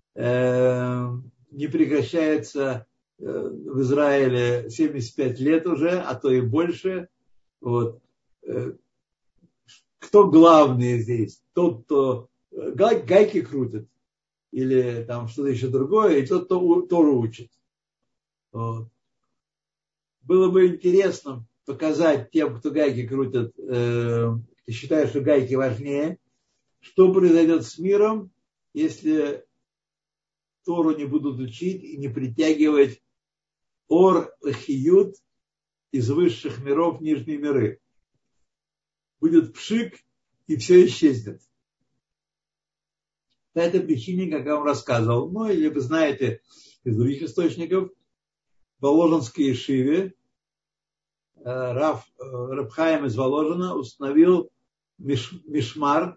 прекращается в Израиле 75 лет уже, а то и больше. Вот. Кто главный здесь? Тот, кто гайки крутит, или там что-то еще другое, и тот, кто Тору учит. Вот. Было бы интересно показать тем, кто гайки крутит, кто считает, что гайки важнее, что произойдет с миром, если Тору не будут учить и не притягивать ор хиют из высших миров в нижние миры. Будет пшик, и все исчезнет. По этой причине, как я вам рассказывал, ну или вы знаете из других источников, в Воложенской ешиве Рав Хаим из Воложина установил мишмарим,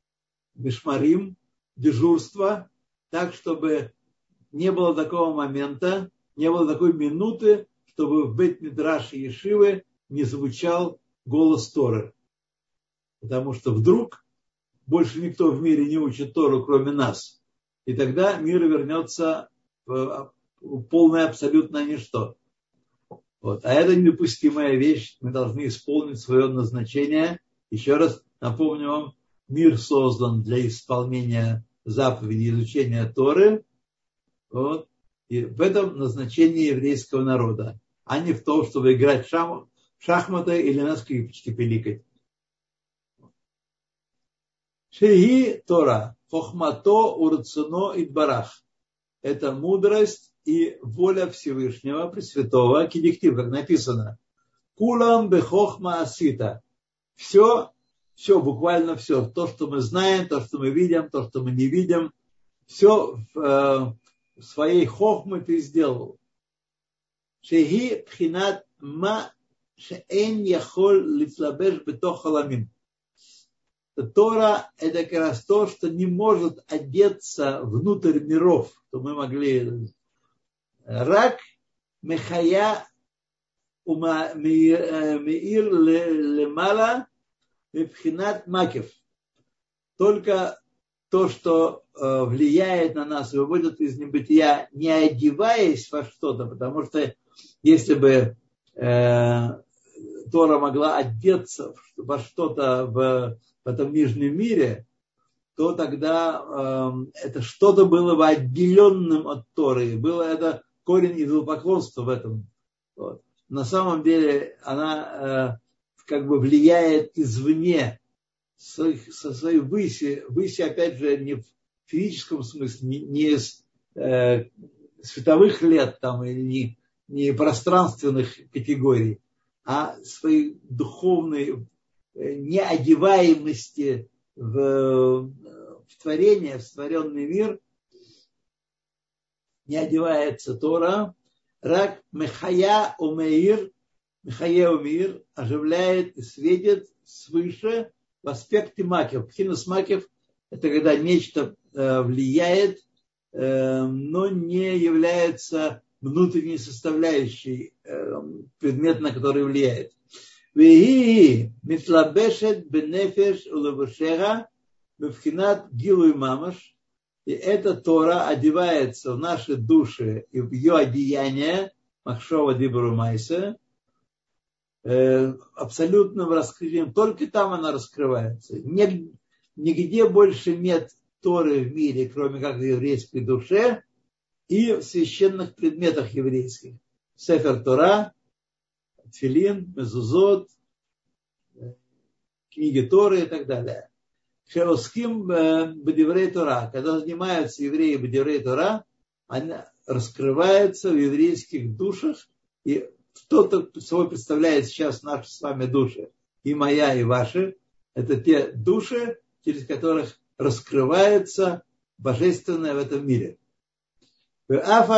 дежурство, так, чтобы не было такого момента, не было такой минуты, чтобы в Бейт-Мидраше ешивы не звучал голос Торы. Потому что вдруг больше никто в мире не учит Тору, кроме нас. И тогда мир вернется в полное абсолютное ничто. Вот. А это недопустимая вещь. Мы должны исполнить свое назначение. Еще раз напомню вам, мир создан для исполнения заповедей, изучения Торы. Вот. И в этом назначение еврейского народа, а не в том, чтобы играть в шахматы или на скрипочке пиликать. Шеги Тора, хохмато урцуно идбарах. Это мудрость и воля Всевышнего, Пресвятого, кедиктив, как написано. Кулам бехохма асита. Все, буквально все. То, что мы знаем, то, что мы видим, то, что мы не видим. Все в своей хохме ты сделал. Шеги пхинат ма шеэн яхоль литлабеш бетох халамим. Тора – это как раз то, что не может одеться внутрь миров, что мы могли. Рак мехая меир лемала мепхинат макев. Только то, что влияет на нас и выводит из небытия, не одеваясь во что-то, потому что если бы Тора могла одеться во что-то в этом нижнем мире, то тогда это что-то было бы отделенным от Торы. Было это корень идолопоклонства в этом. Вот. На самом деле она как бы влияет извне, со своей выси, опять же, не в физическом смысле, не из световых лет там, или не пространственных категорий, а своей духовной неодеваемости в творение, в створенный мир, не одевается Тора. Рак мехая умеир, оживляет и светит свыше в аспекте макев. Пхинус макев – это когда нечто влияет, но не является внутренней составляющей предмета, на который влияет. Веги митлабешет бенефеш улабушега бевхинат гилуй мамаш. И эта Тора одевается в наши души и в ее одеяние, махшова дибру майсе, абсолютным раскрытием. Только там она раскрывается. Нигде больше нет Торы в мире, кроме как в еврейской душе и в священных предметах еврейских. Сефер Тора, Тфилин, Мезузот, книги Торы и так далее. Шеоским бедеврей Тора. Когда занимаются евреи бедеврей Тора, они раскрываются в еврейских душах. И что-то собой представляет сейчас наши с вами души. И моя, и ваши. Это те души, через которых раскрывается божественное в этом мире. И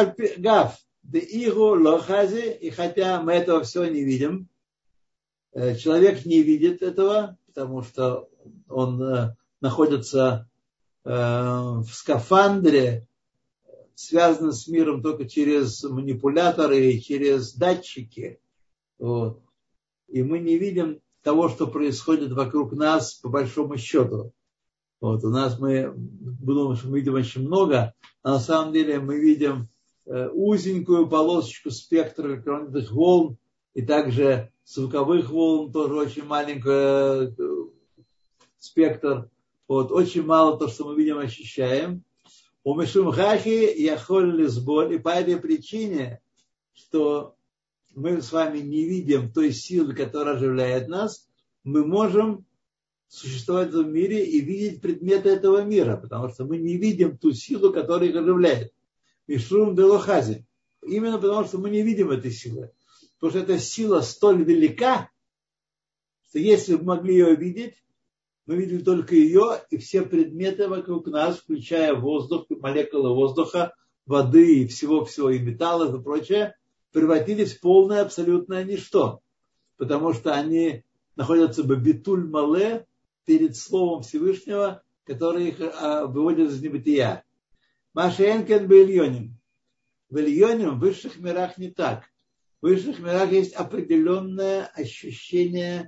хотя мы этого всего не видим, человек не видит этого, потому что он находится в скафандре, связан с миром только через манипуляторы и через датчики. Вот. И мы не видим того, что происходит вокруг нас по большому счету. Вот. У нас мы думаем, что мы видим очень много, а на самом деле мы видим узенькую полосочку спектра электромагнитных волн и также звуковых волн, тоже очень маленький спектр. Вот. Очень мало то, что мы видим, ощущаем. У Мишумхахи я холли сбор, и по этой причине, что мы с вами не видим той силы, которая оживляет нас, мы можем существовать в этом мире и видеть предметы этого мира, потому что мы не видим ту силу, которая их оживляет. Мишум делохази. Именно потому, что мы не видим этой силы. Потому что эта сила столь велика, что если бы могли ее видеть, мы видели только ее и все предметы вокруг нас, включая воздух, молекулы воздуха, воды и всего-всего, и металлов и прочее, превратились в полное абсолютное ничто. Потому что они находятся бабитуль мале перед Словом Всевышнего, который их выводит из небытия. Машенкен бельоним. В Ильоним, в высших мирах не так. В высших мирах есть определенное ощущение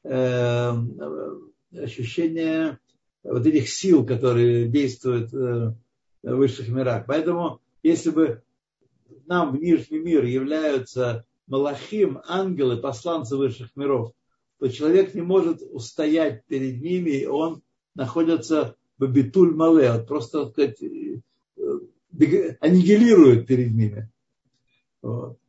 вот этих сил, которые действуют в высших мирах. Поэтому, если бы нам в нижний мир являются малахим, ангелы, посланцы высших миров, то человек не может устоять перед ними, и он находится в битуль мале, вот просто, так сказать, аннигилирует перед ними. Вот.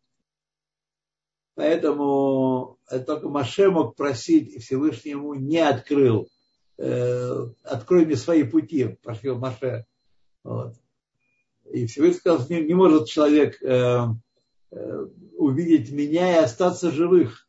Поэтому только Моше мог просить, и Всевышний ему не открыл. Открой мне свои пути, просил Моше. Вот. И Всевышний сказал, не может человек увидеть меня и остаться живых.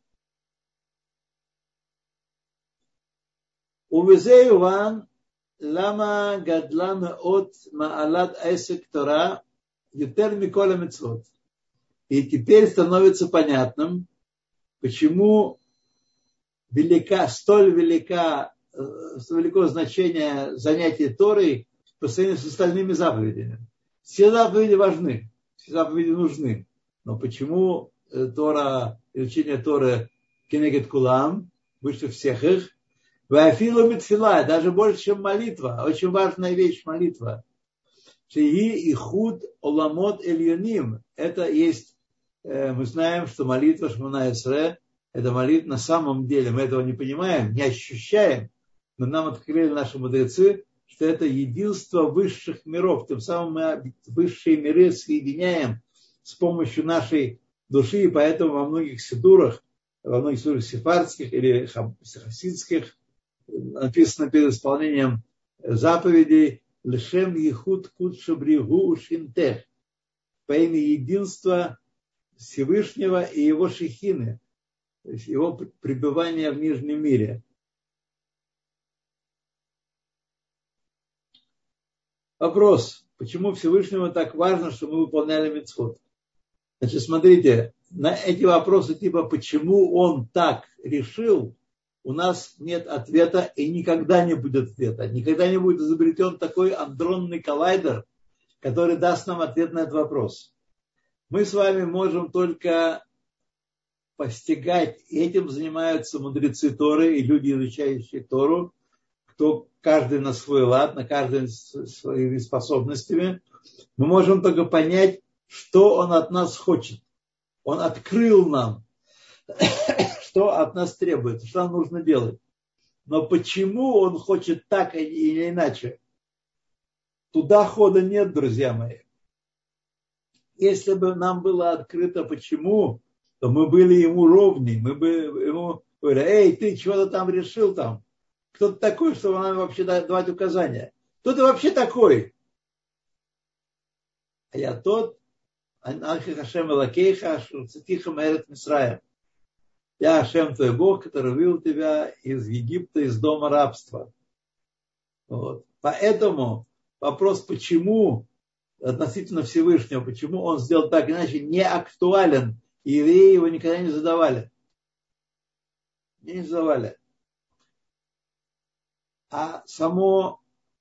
Увезею ван лама гадлана от маалат айсек Тора ютер микола мицвот. И теперь становится понятным, почему столь велико значение занятия Торой по сравнению с остальными заповедями. Все заповеди важны, все заповеди нужны. Но почему Тора, изучение Торы кенегет кулам, выше всех их, вафилу митфила, даже больше, чем молитва, очень важная вещь молитва. Шеги и худ оламот эльюним, это есть, мы знаем, что молитва Шмона Эсре, это молитва на самом деле, мы этого не понимаем, не ощущаем, но нам открыли наши мудрецы, что это единство высших миров, тем самым мы высшие миры соединяем с помощью нашей души, и поэтому во многих сидурах, сефардских или хасидских, написано перед исполнением заповедей «Лешем ехуд кут шабригу ушинтех» по имя единства Всевышнего и его шехины, то есть его пребывания в нижнем мире. Вопрос, почему Всевышнему так важно, что мы выполняли мицвот? Значит, смотрите, на эти вопросы типа, почему он так решил, у нас нет ответа и никогда не будет ответа. Никогда не будет изобретен такой андронный коллайдер, который даст нам ответ на этот вопрос. Мы с вами можем только постигать, и этим занимаются мудрецы Торы и люди, изучающие Тору, кто каждый на свой лад, на каждый своими способностями. Мы можем только понять, что он от нас хочет. Он открыл нам, что от нас требуется, что нам нужно делать. Но почему он хочет так или иначе? Туда хода нет, друзья мои. Если бы нам было открыто почему, то мы были ему ровни. Мы бы ему говорили: эй, ты чего-то там решил там? Кто ты такой, чтобы нам вообще давать указания? Кто ты вообще такой? А я тот, Анхи Хашем Элокейха, Шурцитиха Мерет Мисраем. Я Ашем твой Бог, который вывел тебя из Египта, из дома рабства. Вот. Поэтому вопрос, почему относительно Всевышнего, почему он сделал так, иначе не актуален. И евреи его никогда не задавали. Не задавали. А само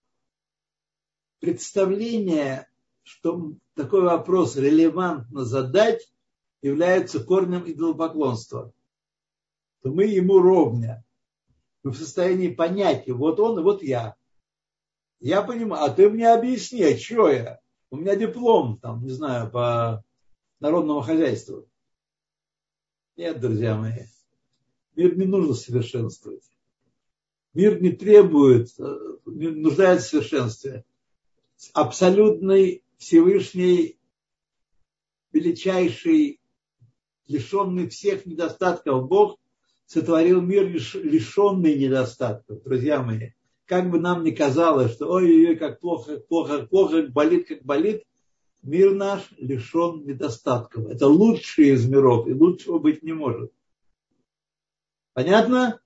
представление, что такой вопрос релевантно задать, является корнем идолопоклонства. То мы ему ровня. Мы в состоянии понять, вот он и вот я. Я понимаю, а ты мне объясни, а что я? У меня диплом, там, не знаю, по народному хозяйству. Нет, друзья мои. Мир не нужно совершенствовать. Мир не требует, не нуждается в совершенстве. Абсолютный, Всевышний, величайший, лишенный всех недостатков Бог сотворил мир лишенный недостатков. Друзья мои, как бы нам ни казалось, что ой-ой-ой, как плохо, плохо, плохо, как болит, мир наш лишен недостатков. Это лучший из миров, и лучшего быть не может. Понятно?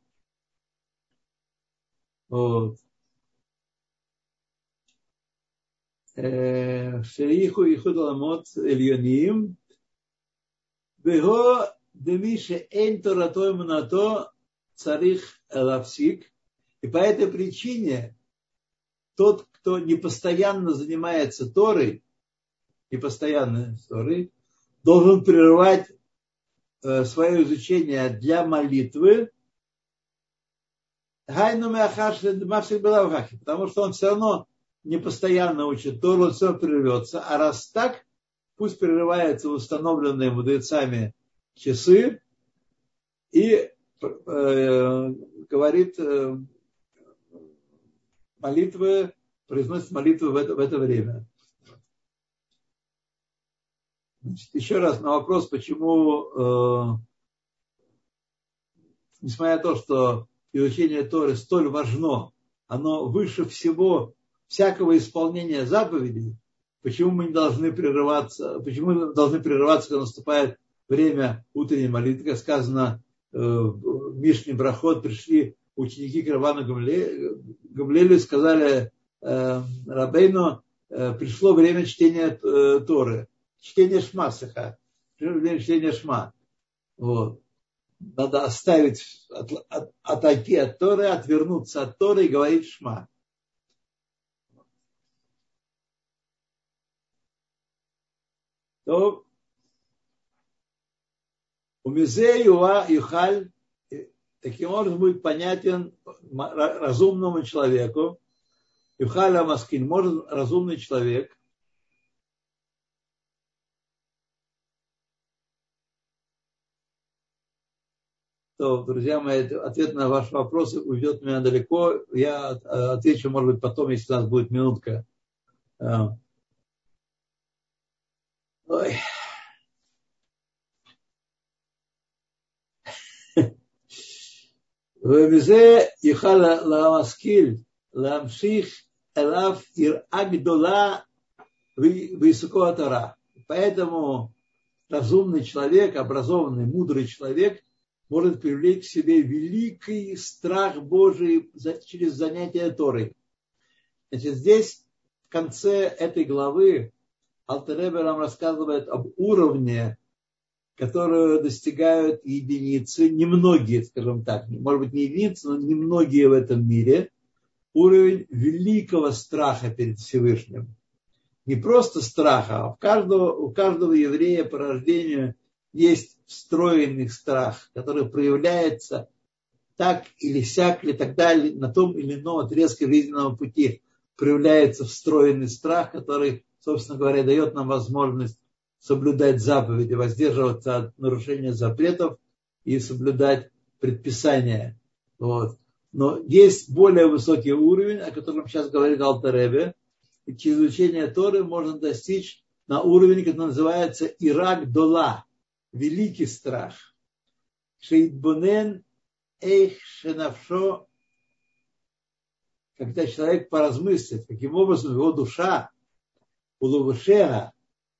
Вот. Шеиху и худламот эльоним. Бего демише эйн торатой манато царих лавсик. И по этой причине тот, кто непостоянно занимается Торой, должен прерывать свое изучение для молитвы, потому что он все равно непостоянно учит Тору, он все равно прервется. А раз так, пусть прерываются установленные мудрецами часы и говорит молитвы, произносит молитвы в это время. Значит, еще раз на вопрос, почему, несмотря на то, что изучение Торы столь важно, оно выше всего всякого исполнения заповедей, почему мы должны прерываться, когда наступает время утренней молитвы, как сказано в Мишне Брахот, пришли ученики к Равану Гамлиэлю и сказали: Рабейну, пришло время чтения Торы, чтение Шма, время чтения Шма. Вот. Надо оставить, отойти от Торы, отвернуться от Торы и говорить Шма. То Умизе юхаль, таким образом будет понятен разумному человеку, юхаля маскин, может разумный человек, то, друзья мои, ответ на ваши вопросы уйдет у меня далеко. Я отвечу, может быть, потом, если у нас будет минутка. Ой. ובזה יוכל להשכיל להמשיך אליו יראה גדולה וייסוקו התורה. Поэтому разумный человек, образованный, мудрый человек может привлечь к себе великий страх Божий через занятие Торой. Значит, здесь в конце этой главы Алтер Ребе нам рассказывает об уровне, которые достигают единицы, немногие, скажем так, может быть не единицы, но немногие в этом мире, уровень великого страха перед Всевышним. Не просто страха, а у каждого еврея по рождению есть встроенный страх, который проявляется так или сяк, или так далее, на том или ином отрезке жизненного пути проявляется встроенный страх, который, собственно говоря, дает нам возможность соблюдать заповеди, воздерживаться от нарушения запретов и соблюдать предписания. Вот. Но есть более высокий уровень, о котором сейчас говорит Алтер Ребе, и через изучение Торы можно достичь на уровень, который называется Ирак Дола, великий страх. Шеидбонен эйх шенавшо, когда человек поразмыслит, каким образом его душа уловышега,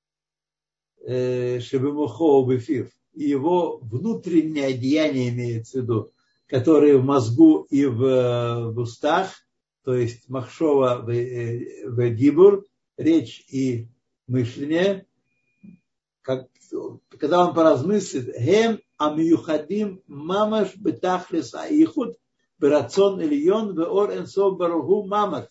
шебемухо бефир, и его внутреннее деяние имеется в виду, которые в мозгу и в устах, то есть махшова в дибур, речь и мышление, когда он поразмыслит, гем амиюхадим мамаш бетахлис аихуд берацон ильон веор энсов баруху мамаш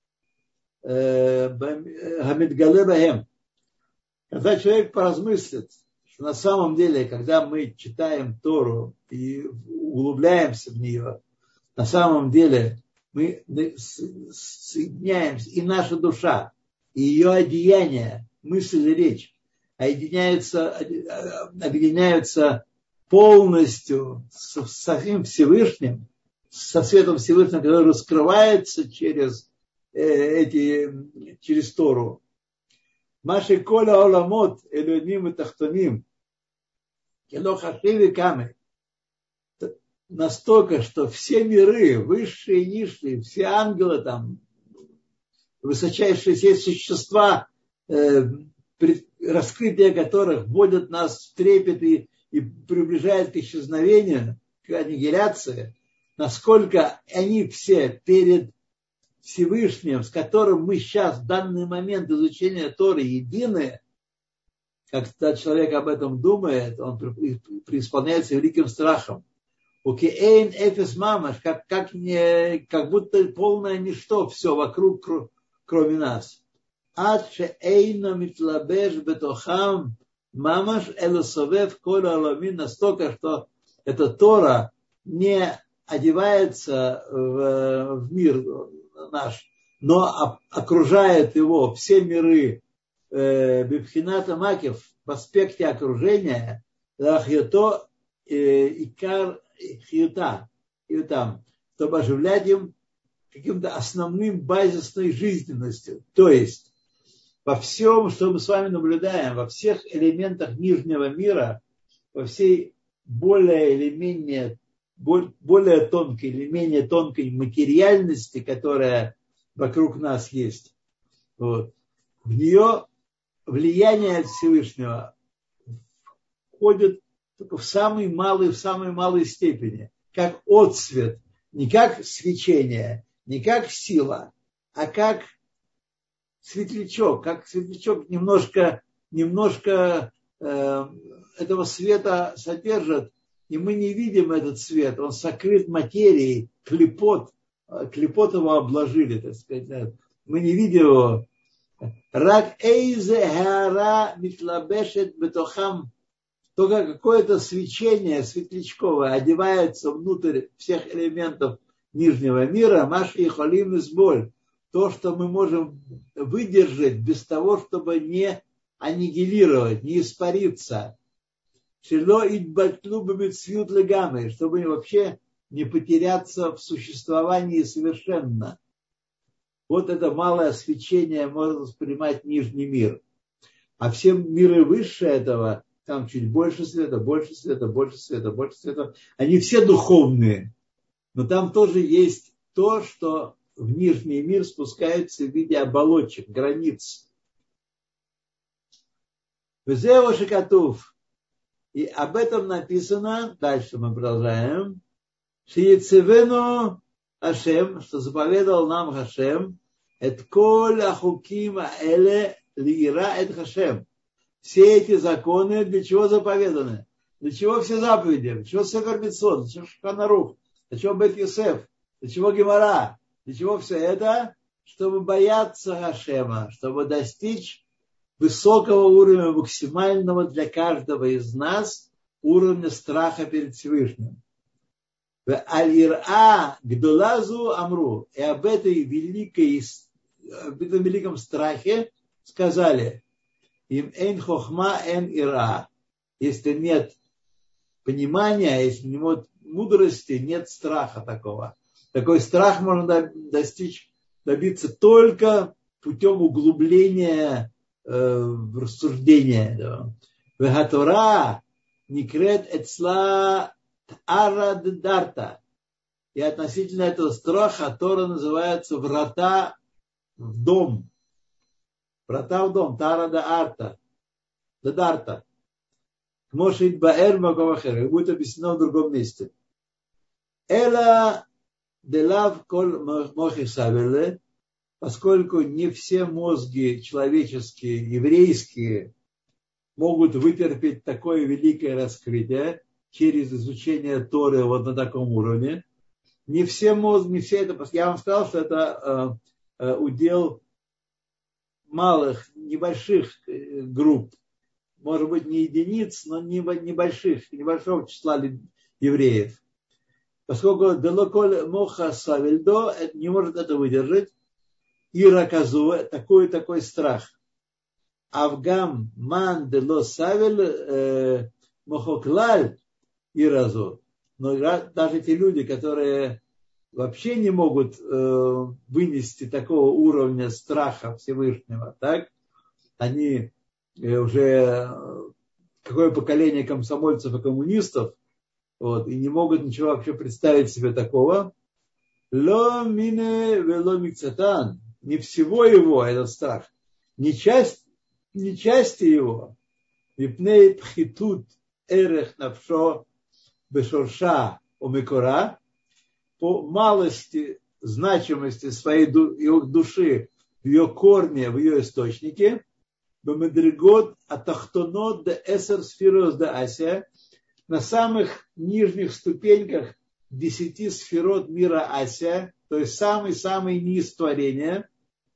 хамидгале бахем. Когда человек поразмыслит, что на самом деле, когда мы читаем Тору и углубляемся в нее, на самом деле мы соединяемся, и наша душа, и ее одеяние, мысль и речь объединяются полностью со самим Всевышним, со светом Всевышнего, который раскрывается через Тору. Маши коля оламот элюним и тахтоним кело хашиви камы. Настолько, что все миры, высшие и низшие, все ангелы там, высочайшие все существа, раскрытие которых вводят нас в трепет и приближает к исчезновению, к аннигиляции, насколько они все перед Всевышним, с которым мы сейчас в данный момент изучения Торы едины, когда человек об этом думает, он преисполняется великим страхом. Укиэйн эфес мамаш, как будто полное ничто все вокруг, кроме нас. Ад шеэйна митлабеш бетохам мамаш элосовев кола аламин, настолько, что эта Тора не одевается в мир наш, но окружает его все миры бибхината макев в аспекте окружения, лахьято икар хьюта, и там, чтобы оживлять им каким-то основным базисной жизненностью. То есть во всем, что мы с вами наблюдаем, во всех элементах нижнего мира, во всей более или менее более тонкой или менее тонкой материальности, которая вокруг нас есть, вот, в нее влияние от Всевышнего входит только в самой малой степени, как отсвет, не как свечение, не как сила, а как светлячок, немножко этого света содержит, и мы не видим этот свет, он сокрыт материей, клепот его обложили, так сказать, мы не видим его. Рак эйзе хара митлабешет бетохам только какое-то свечение светлячковое одевается внутрь всех элементов нижнего мира, маши и халим из боль. То, что мы можем выдержать без того, чтобы не аннигилировать, не испариться. Шило идбатлу бамицвют легамы, чтобы вообще не потеряться в существовании совершенно. Вот это малое свечение может воспринимать нижний мир. А все миры выше этого, там чуть больше света, больше света, больше света, больше света, они все духовные. Но там тоже есть то, что в нижний мир спускается в виде оболочек, границ. Везео шикатув. И об этом написано, дальше мы продолжаем, Шиецевену Ашем, что заповедал нам Хашем, эт коль ахуким аэле лиира эт Хашем. Все эти законы для чего заповеданы? Для чего все заповеди? Для чего Сефер Мицвот? Для чего Шулхан Арух? Для чего Бет Йосеф? Для чего Гемара? Для чего все это? Чтобы бояться Хашема, чтобы достичь высокого уровня, максимального для каждого из нас уровня страха перед Всевышним. Аль-Ира Гдолазу Амру. И об этом великом страхе сказали: им эйн хохма эйн ира. Если нет понимания, если нет мудрости, нет страха такого. Такой страх можно добиться только путем углубления в рассуждение. Вегатора никрет эцла араддарта. И относительно этого страха Тора называется врата в дом. Врата в дом. Тара да арта. Да дарта. Кмошит баэр макомахер. Будет объяснено в другом месте. Эла делав коль мохи савеле. Поскольку не все мозги человеческие, еврейские, могут вытерпеть такое великое раскрытие через изучение Торы вот на таком уровне. Не все мозги, не все это... Я вам сказал, что это удел малых, небольших групп. Может быть, не единиц, но небольшого числа евреев. Поскольку делоколь моха савельдо не может это выдержать, Ира казу, такой страх. Авгам ман дело савель мохоклаль иразу. Но даже те люди, которые вообще не могут вынести такого уровня страха Всевышнего, так, они уже какое поколение комсомольцев и коммунистов, вот, и не могут ничего вообще представить себе такого. Ло мине вело микцатан. Не всего его, этот страх, не части его, випней пхитут эрех навшо бешорша омекора, по малости значимости своей души в ее корне, в ее источнике, бамедригот атахтонот де эсер сфирос де Асия, на самых нижних ступеньках 10 сферот мира Асия, то есть самый низ творения,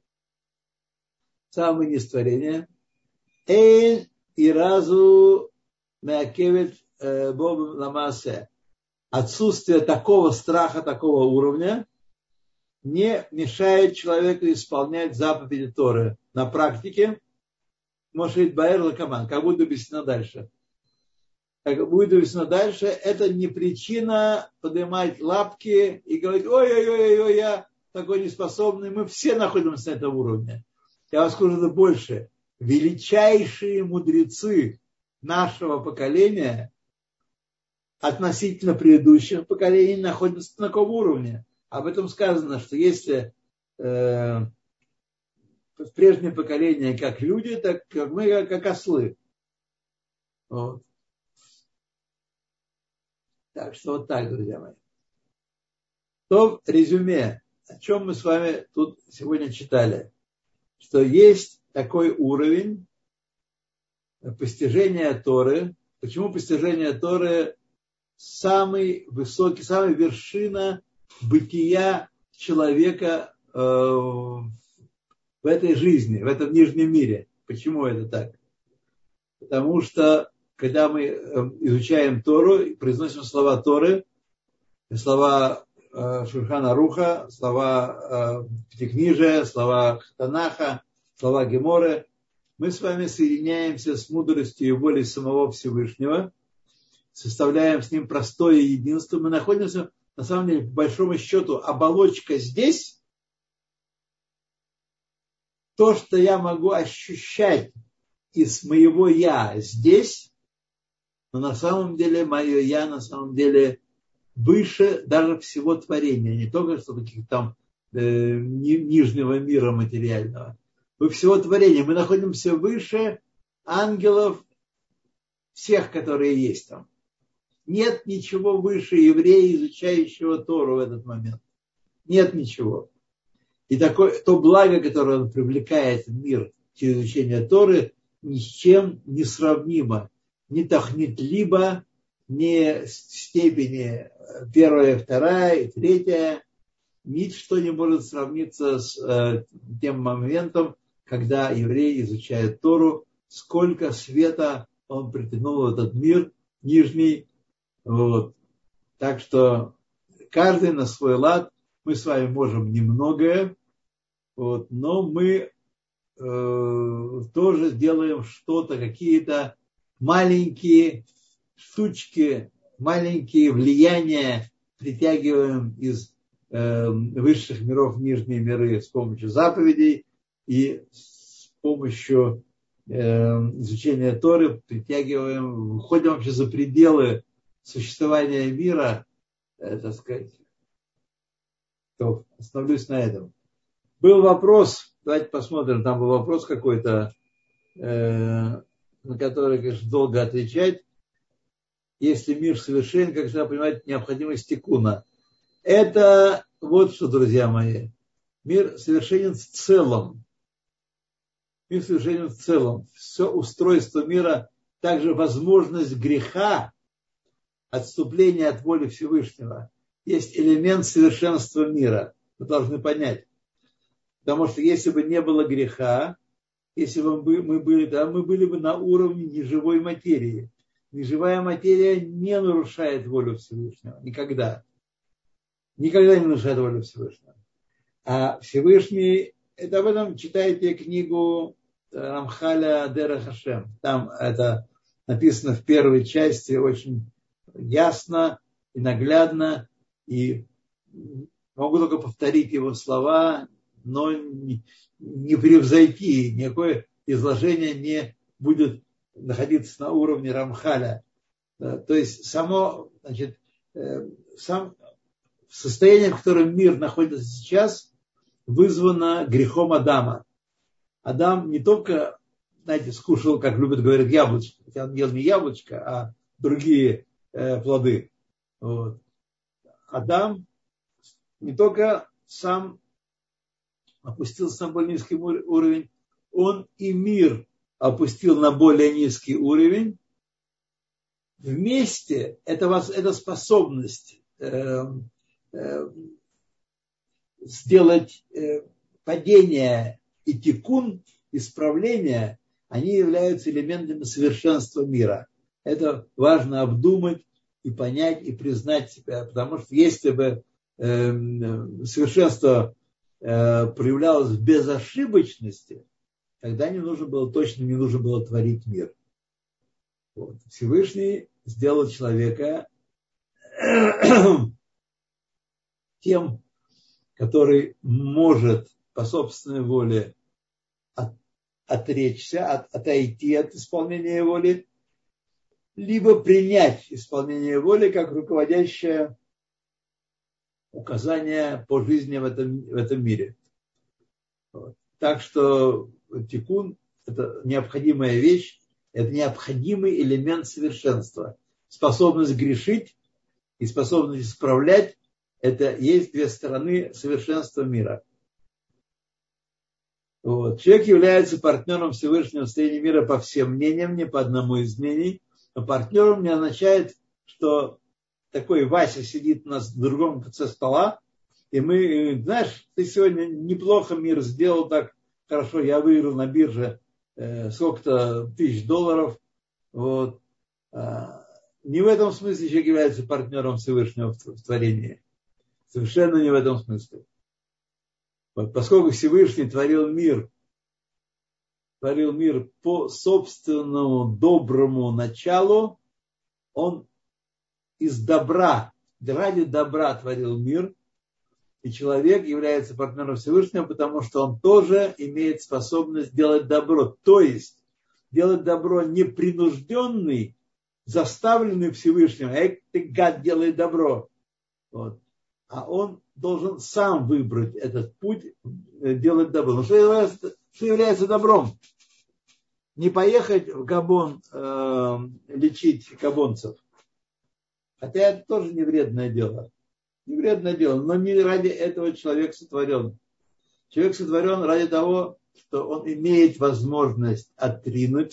Эйн и разу меакевет бобом ламасе. Отсутствие такого страха, такого уровня не мешает человеку исполнять заповеди Торы на практике. Мошит баэр лакаман, как будет объяснено дальше. Как будет объяснено дальше, это не причина поднимать лапки и говорить: ой, я такой неспособный. Мы все находимся на этом уровне. Я вам скажу больше. Величайшие мудрецы нашего поколения относительно предыдущих поколений находятся на таком уровне. Об этом сказано, что если в прежнее поколение как люди, так как мы как ослы. Вот. Так что вот так, друзья мои. То резюме, о чем мы с вами тут сегодня читали, что есть такой уровень постижения Торы. Почему постижение Торы самый высокий, самая вершина бытия человека в этой жизни, в этом нижнем мире? Почему это так? Потому что когда мы изучаем Тору, произносим слова Торы, слова Шульхан Аруха, слова Пятикнижия, слова Танаха, слова Геморы, мы с вами соединяемся с мудростью и волей самого Всевышнего, составляем с ним простое единство. Мы находимся, на самом деле, по большому счету, оболочка здесь, то, что я могу ощущать из моего «я» здесь, но на самом деле мое «я» на самом деле выше даже всего творения, не только что каких-то там нижнего мира материального. Вы всего творения. Мы находимся выше ангелов всех, которые есть там. Нет ничего выше еврея, изучающего Тору в этот момент. Нет ничего. И то благо, которое он привлекает в мир через изучение Торы, ни с чем не сравнимо. Ни тахнит либо, ни степени первая, вторая и третья. Ничто не может сравниться с тем моментом, когда еврей изучает Тору, сколько света он притянул в этот мир нижний. Вот. Так что каждый на свой лад. Мы с вами можем немногое, вот, но мы тоже делаем что-то, какие-то маленькие штучки, маленькие влияния притягиваем из высших миров в нижние миры с помощью заповедей и с помощью изучения Торы притягиваем, выходим вообще за пределы существования мира, так сказать. То остановлюсь на этом. Был вопрос, давайте посмотрим, там был вопрос какой-то, на который, конечно, долго отвечать. Если мир совершен, как всегда понимать необходимость тикуна. Это вот что, друзья мои. Мир совершенен в целом. Мир совершенен в целом. Все устройство мира, также возможность греха, отступления от воли Всевышнего, есть элемент совершенства мира. Вы должны понять. Потому что если бы не было греха, если бы мы были, да, мы были бы на уровне неживой материи. Неживая материя не нарушает волю Всевышнего. Никогда. Никогда не нарушает волю Всевышнего. А Всевышний, это об этом читайте книгу Рамхаля Дерех Хашем. Там это написано в первой части очень ясно и наглядно. И могу только повторить его слова, но не превзойти. Никакое изложение не будет находиться на уровне Рамхаля. То есть само, значит, состояние, в котором мир находится сейчас, вызвано грехом Адама. Адам не только, знаете, скушал, как любят говорить, яблочко. Хотя он ел не яблочко, а другие плоды. Вот. Адам не только сам опустился на более низкий уровень, он и мир опустил на более низкий уровень. Вместе это способность сделать падение и тикун, исправление, они являются элементами совершенства мира. Это важно обдумать и понять, и признать себя. Потому что если бы совершенство проявлялось в безошибочности, тогда точно не нужно было творить мир. Вот. Всевышний сделал человека тем, который может по собственной воле отречься, отойти от исполнения воли, либо принять исполнение воли как руководящее указание по жизни в этом мире. Вот. Так что тикун – это необходимая вещь, это необходимый элемент совершенства. Способность грешить и способность исправлять – это есть две стороны совершенства мира. Вот. Человек является партнером Всевышнего в состоянии мира по всем мнениям, не по одному из мнений. Но партнером не означает, что такой Вася сидит у нас в другом конце стола, и мы, знаешь, ты сегодня неплохо мир сделал так хорошо, я выиграл на бирже сколько-то $1000, вот, Не в этом смысле человек является партнером Всевышнего в творении. Совершенно не в этом смысле. Вот, поскольку Всевышний творил мир по собственному доброму началу, он из добра, ради добра творил мир, и человек является партнером Всевышнего, потому что он тоже имеет способность делать добро. То есть делать добро непринужденный, заставленный Всевышним. Ты, гад, делай добро. Вот. А он должен сам выбрать этот путь, делать добро. Но что является добром? Не поехать в Габон лечить габонцев. Хотя это тоже не вредное дело. Не вредное дело, но не ради этого человек сотворен. Человек сотворен ради того, что он имеет возможность отринуть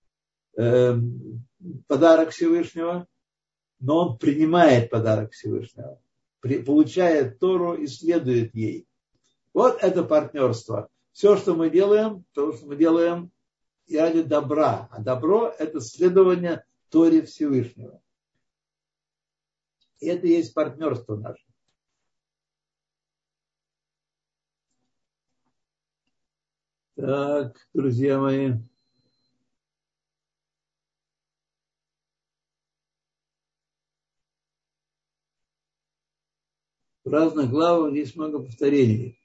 подарок Всевышнего, но он принимает подарок Всевышнего, получает Тору и следует ей. Вот это партнерство. Все, что мы делаем, и ради добра. А добро – это следование Торе Всевышнего. И это и есть партнерство наше. Так, друзья мои. В разных главах есть много повторений.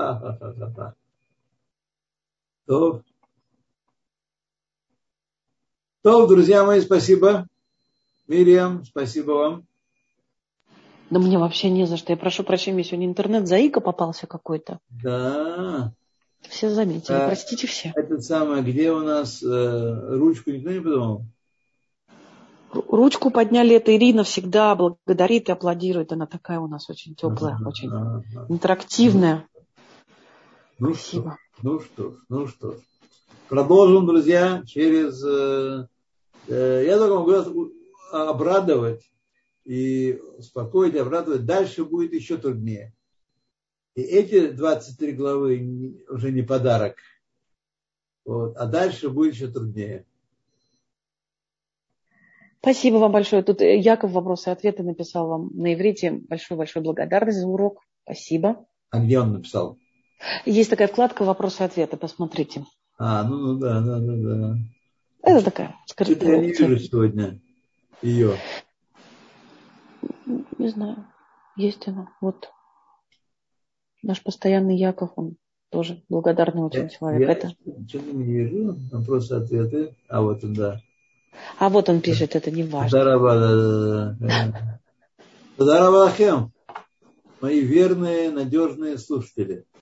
То, друзья мои, спасибо. Мириам, спасибо вам. Да мне вообще не за что. Я прошу прощения, сегодня интернет-заика попался какой-то. Да. Все заметили. Простите все. Это самое, где у нас ручку никто не придумал? Ручку подняли, это Ирина всегда благодарит и аплодирует. Она такая у нас очень теплая, очень интерактивная. Спасибо. Ну что ж. Продолжим, друзья, через... я только могу обрадовать и успокоить, обрадовать. Дальше будет еще труднее. И эти 23 главы уже не подарок. Вот. А дальше будет еще труднее. Спасибо вам большое. Тут Яков вопросы и ответы написал вам на иврите. Большой-большой благодарность за урок. Спасибо. А где он написал? Есть такая вкладка «Вопросы и ответы». Посмотрите. Ну да. Это такая скрытая опция. Я не вижу сегодня ее. Не знаю. Есть она. Вот. Наш постоянный Яков, он тоже благодарный очень человек. Я что-то не вижу. Вопросы, ответы. А вот он, да. А вот он пишет, это не важно. Тадарабахем, мои верные, надежные слушатели.